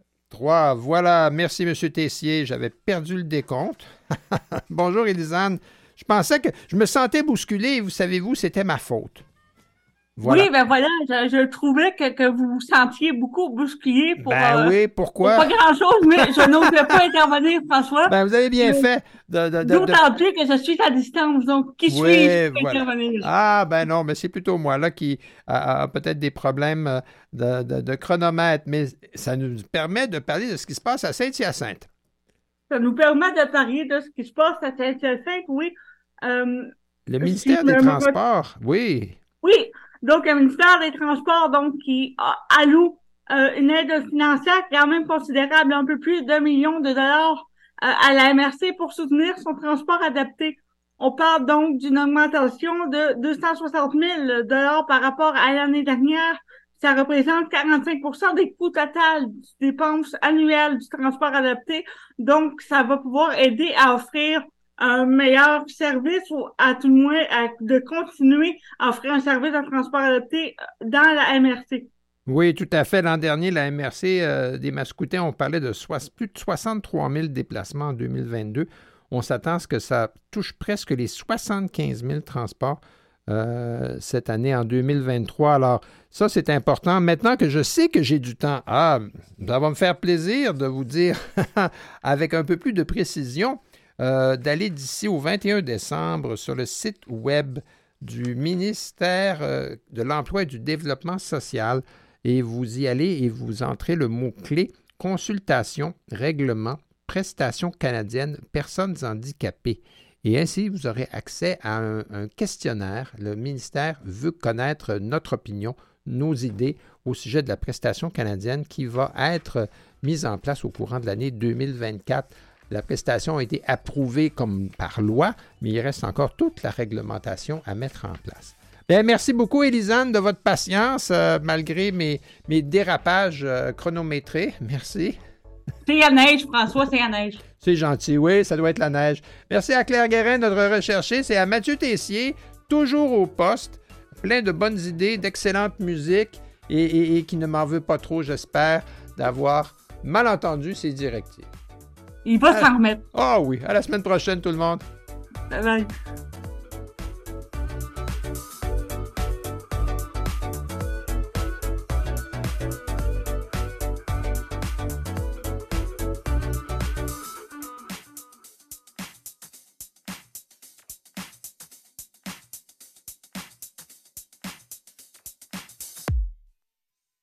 3. Voilà, merci M. Tessier, j'avais perdu le décompte. Bonjour Élisane, je pensais que je me sentais bousculé et vous savez-vous, c'était ma faute. Voilà. Oui, ben voilà, je trouvais que vous vous sentiez beaucoup bousculé pour... oui, pourquoi? Pour pas grand-chose, mais je n'osais pas intervenir, François. Ben, vous avez bien fait. D'autant plus que je suis à distance, donc qui suis-je pour intervenir? Ah, ben non, mais c'est plutôt moi, là, qui a peut-être des problèmes de chronomètre, mais ça nous permet de parler de ce qui se passe à Saint-Hyacinthe. Ça nous permet de parler de ce qui se passe à Saint-Hyacinthe, oui. Le ministère des Transports, oui. Oui. Donc, le ministère des Transports, donc, qui alloue une aide financière quand même considérable, un peu plus d'1 million de dollars à la MRC pour soutenir son transport adapté. On parle donc d'une augmentation de 260 000 dollars par rapport à l'année dernière. Ça représente 45% des coûts totaux des dépenses annuelles du transport adapté. Donc, ça va pouvoir aider à offrir un meilleur service ou à tout le moins de continuer à offrir un service de transport adapté dans la MRC. Oui, tout à fait. L'an dernier, la MRC des Mascoutins, on parlait de plus de 63 000 déplacements en 2022. On s'attend à ce que ça touche presque les 75 000 transports cette année en 2023. Alors, ça, c'est important. Maintenant que je sais que j'ai du temps, ça va me faire plaisir de vous dire avec un peu plus de précision d'aller d'ici au 21 décembre sur le site web du ministère de l'Emploi et du Développement social et vous y allez et vous entrez le mot-clé « Consultation, règlement, prestations canadiennes, personnes handicapées ». Et ainsi, vous aurez accès à un questionnaire. Le ministère veut connaître notre opinion, nos idées au sujet de la prestation canadienne qui va être mise en place au courant de l'année 2024. La prestation a été approuvée comme par loi, mais il reste encore toute la réglementation à mettre en place. Bien, merci beaucoup, Élisane, de votre patience, malgré mes dérapages chronométrés. Merci. C'est la neige, François, c'est la neige. C'est gentil, oui, ça doit être la neige. Merci à Claire Guérin, notre recherchée. C'est à Mathieu Tessier, toujours au poste, plein de bonnes idées, d'excellente musique et qui ne m'en veut pas trop, j'espère, d'avoir mal entendu ses directives. Il va s'en remettre. Ah oui, à la semaine prochaine tout le monde. Bye bye.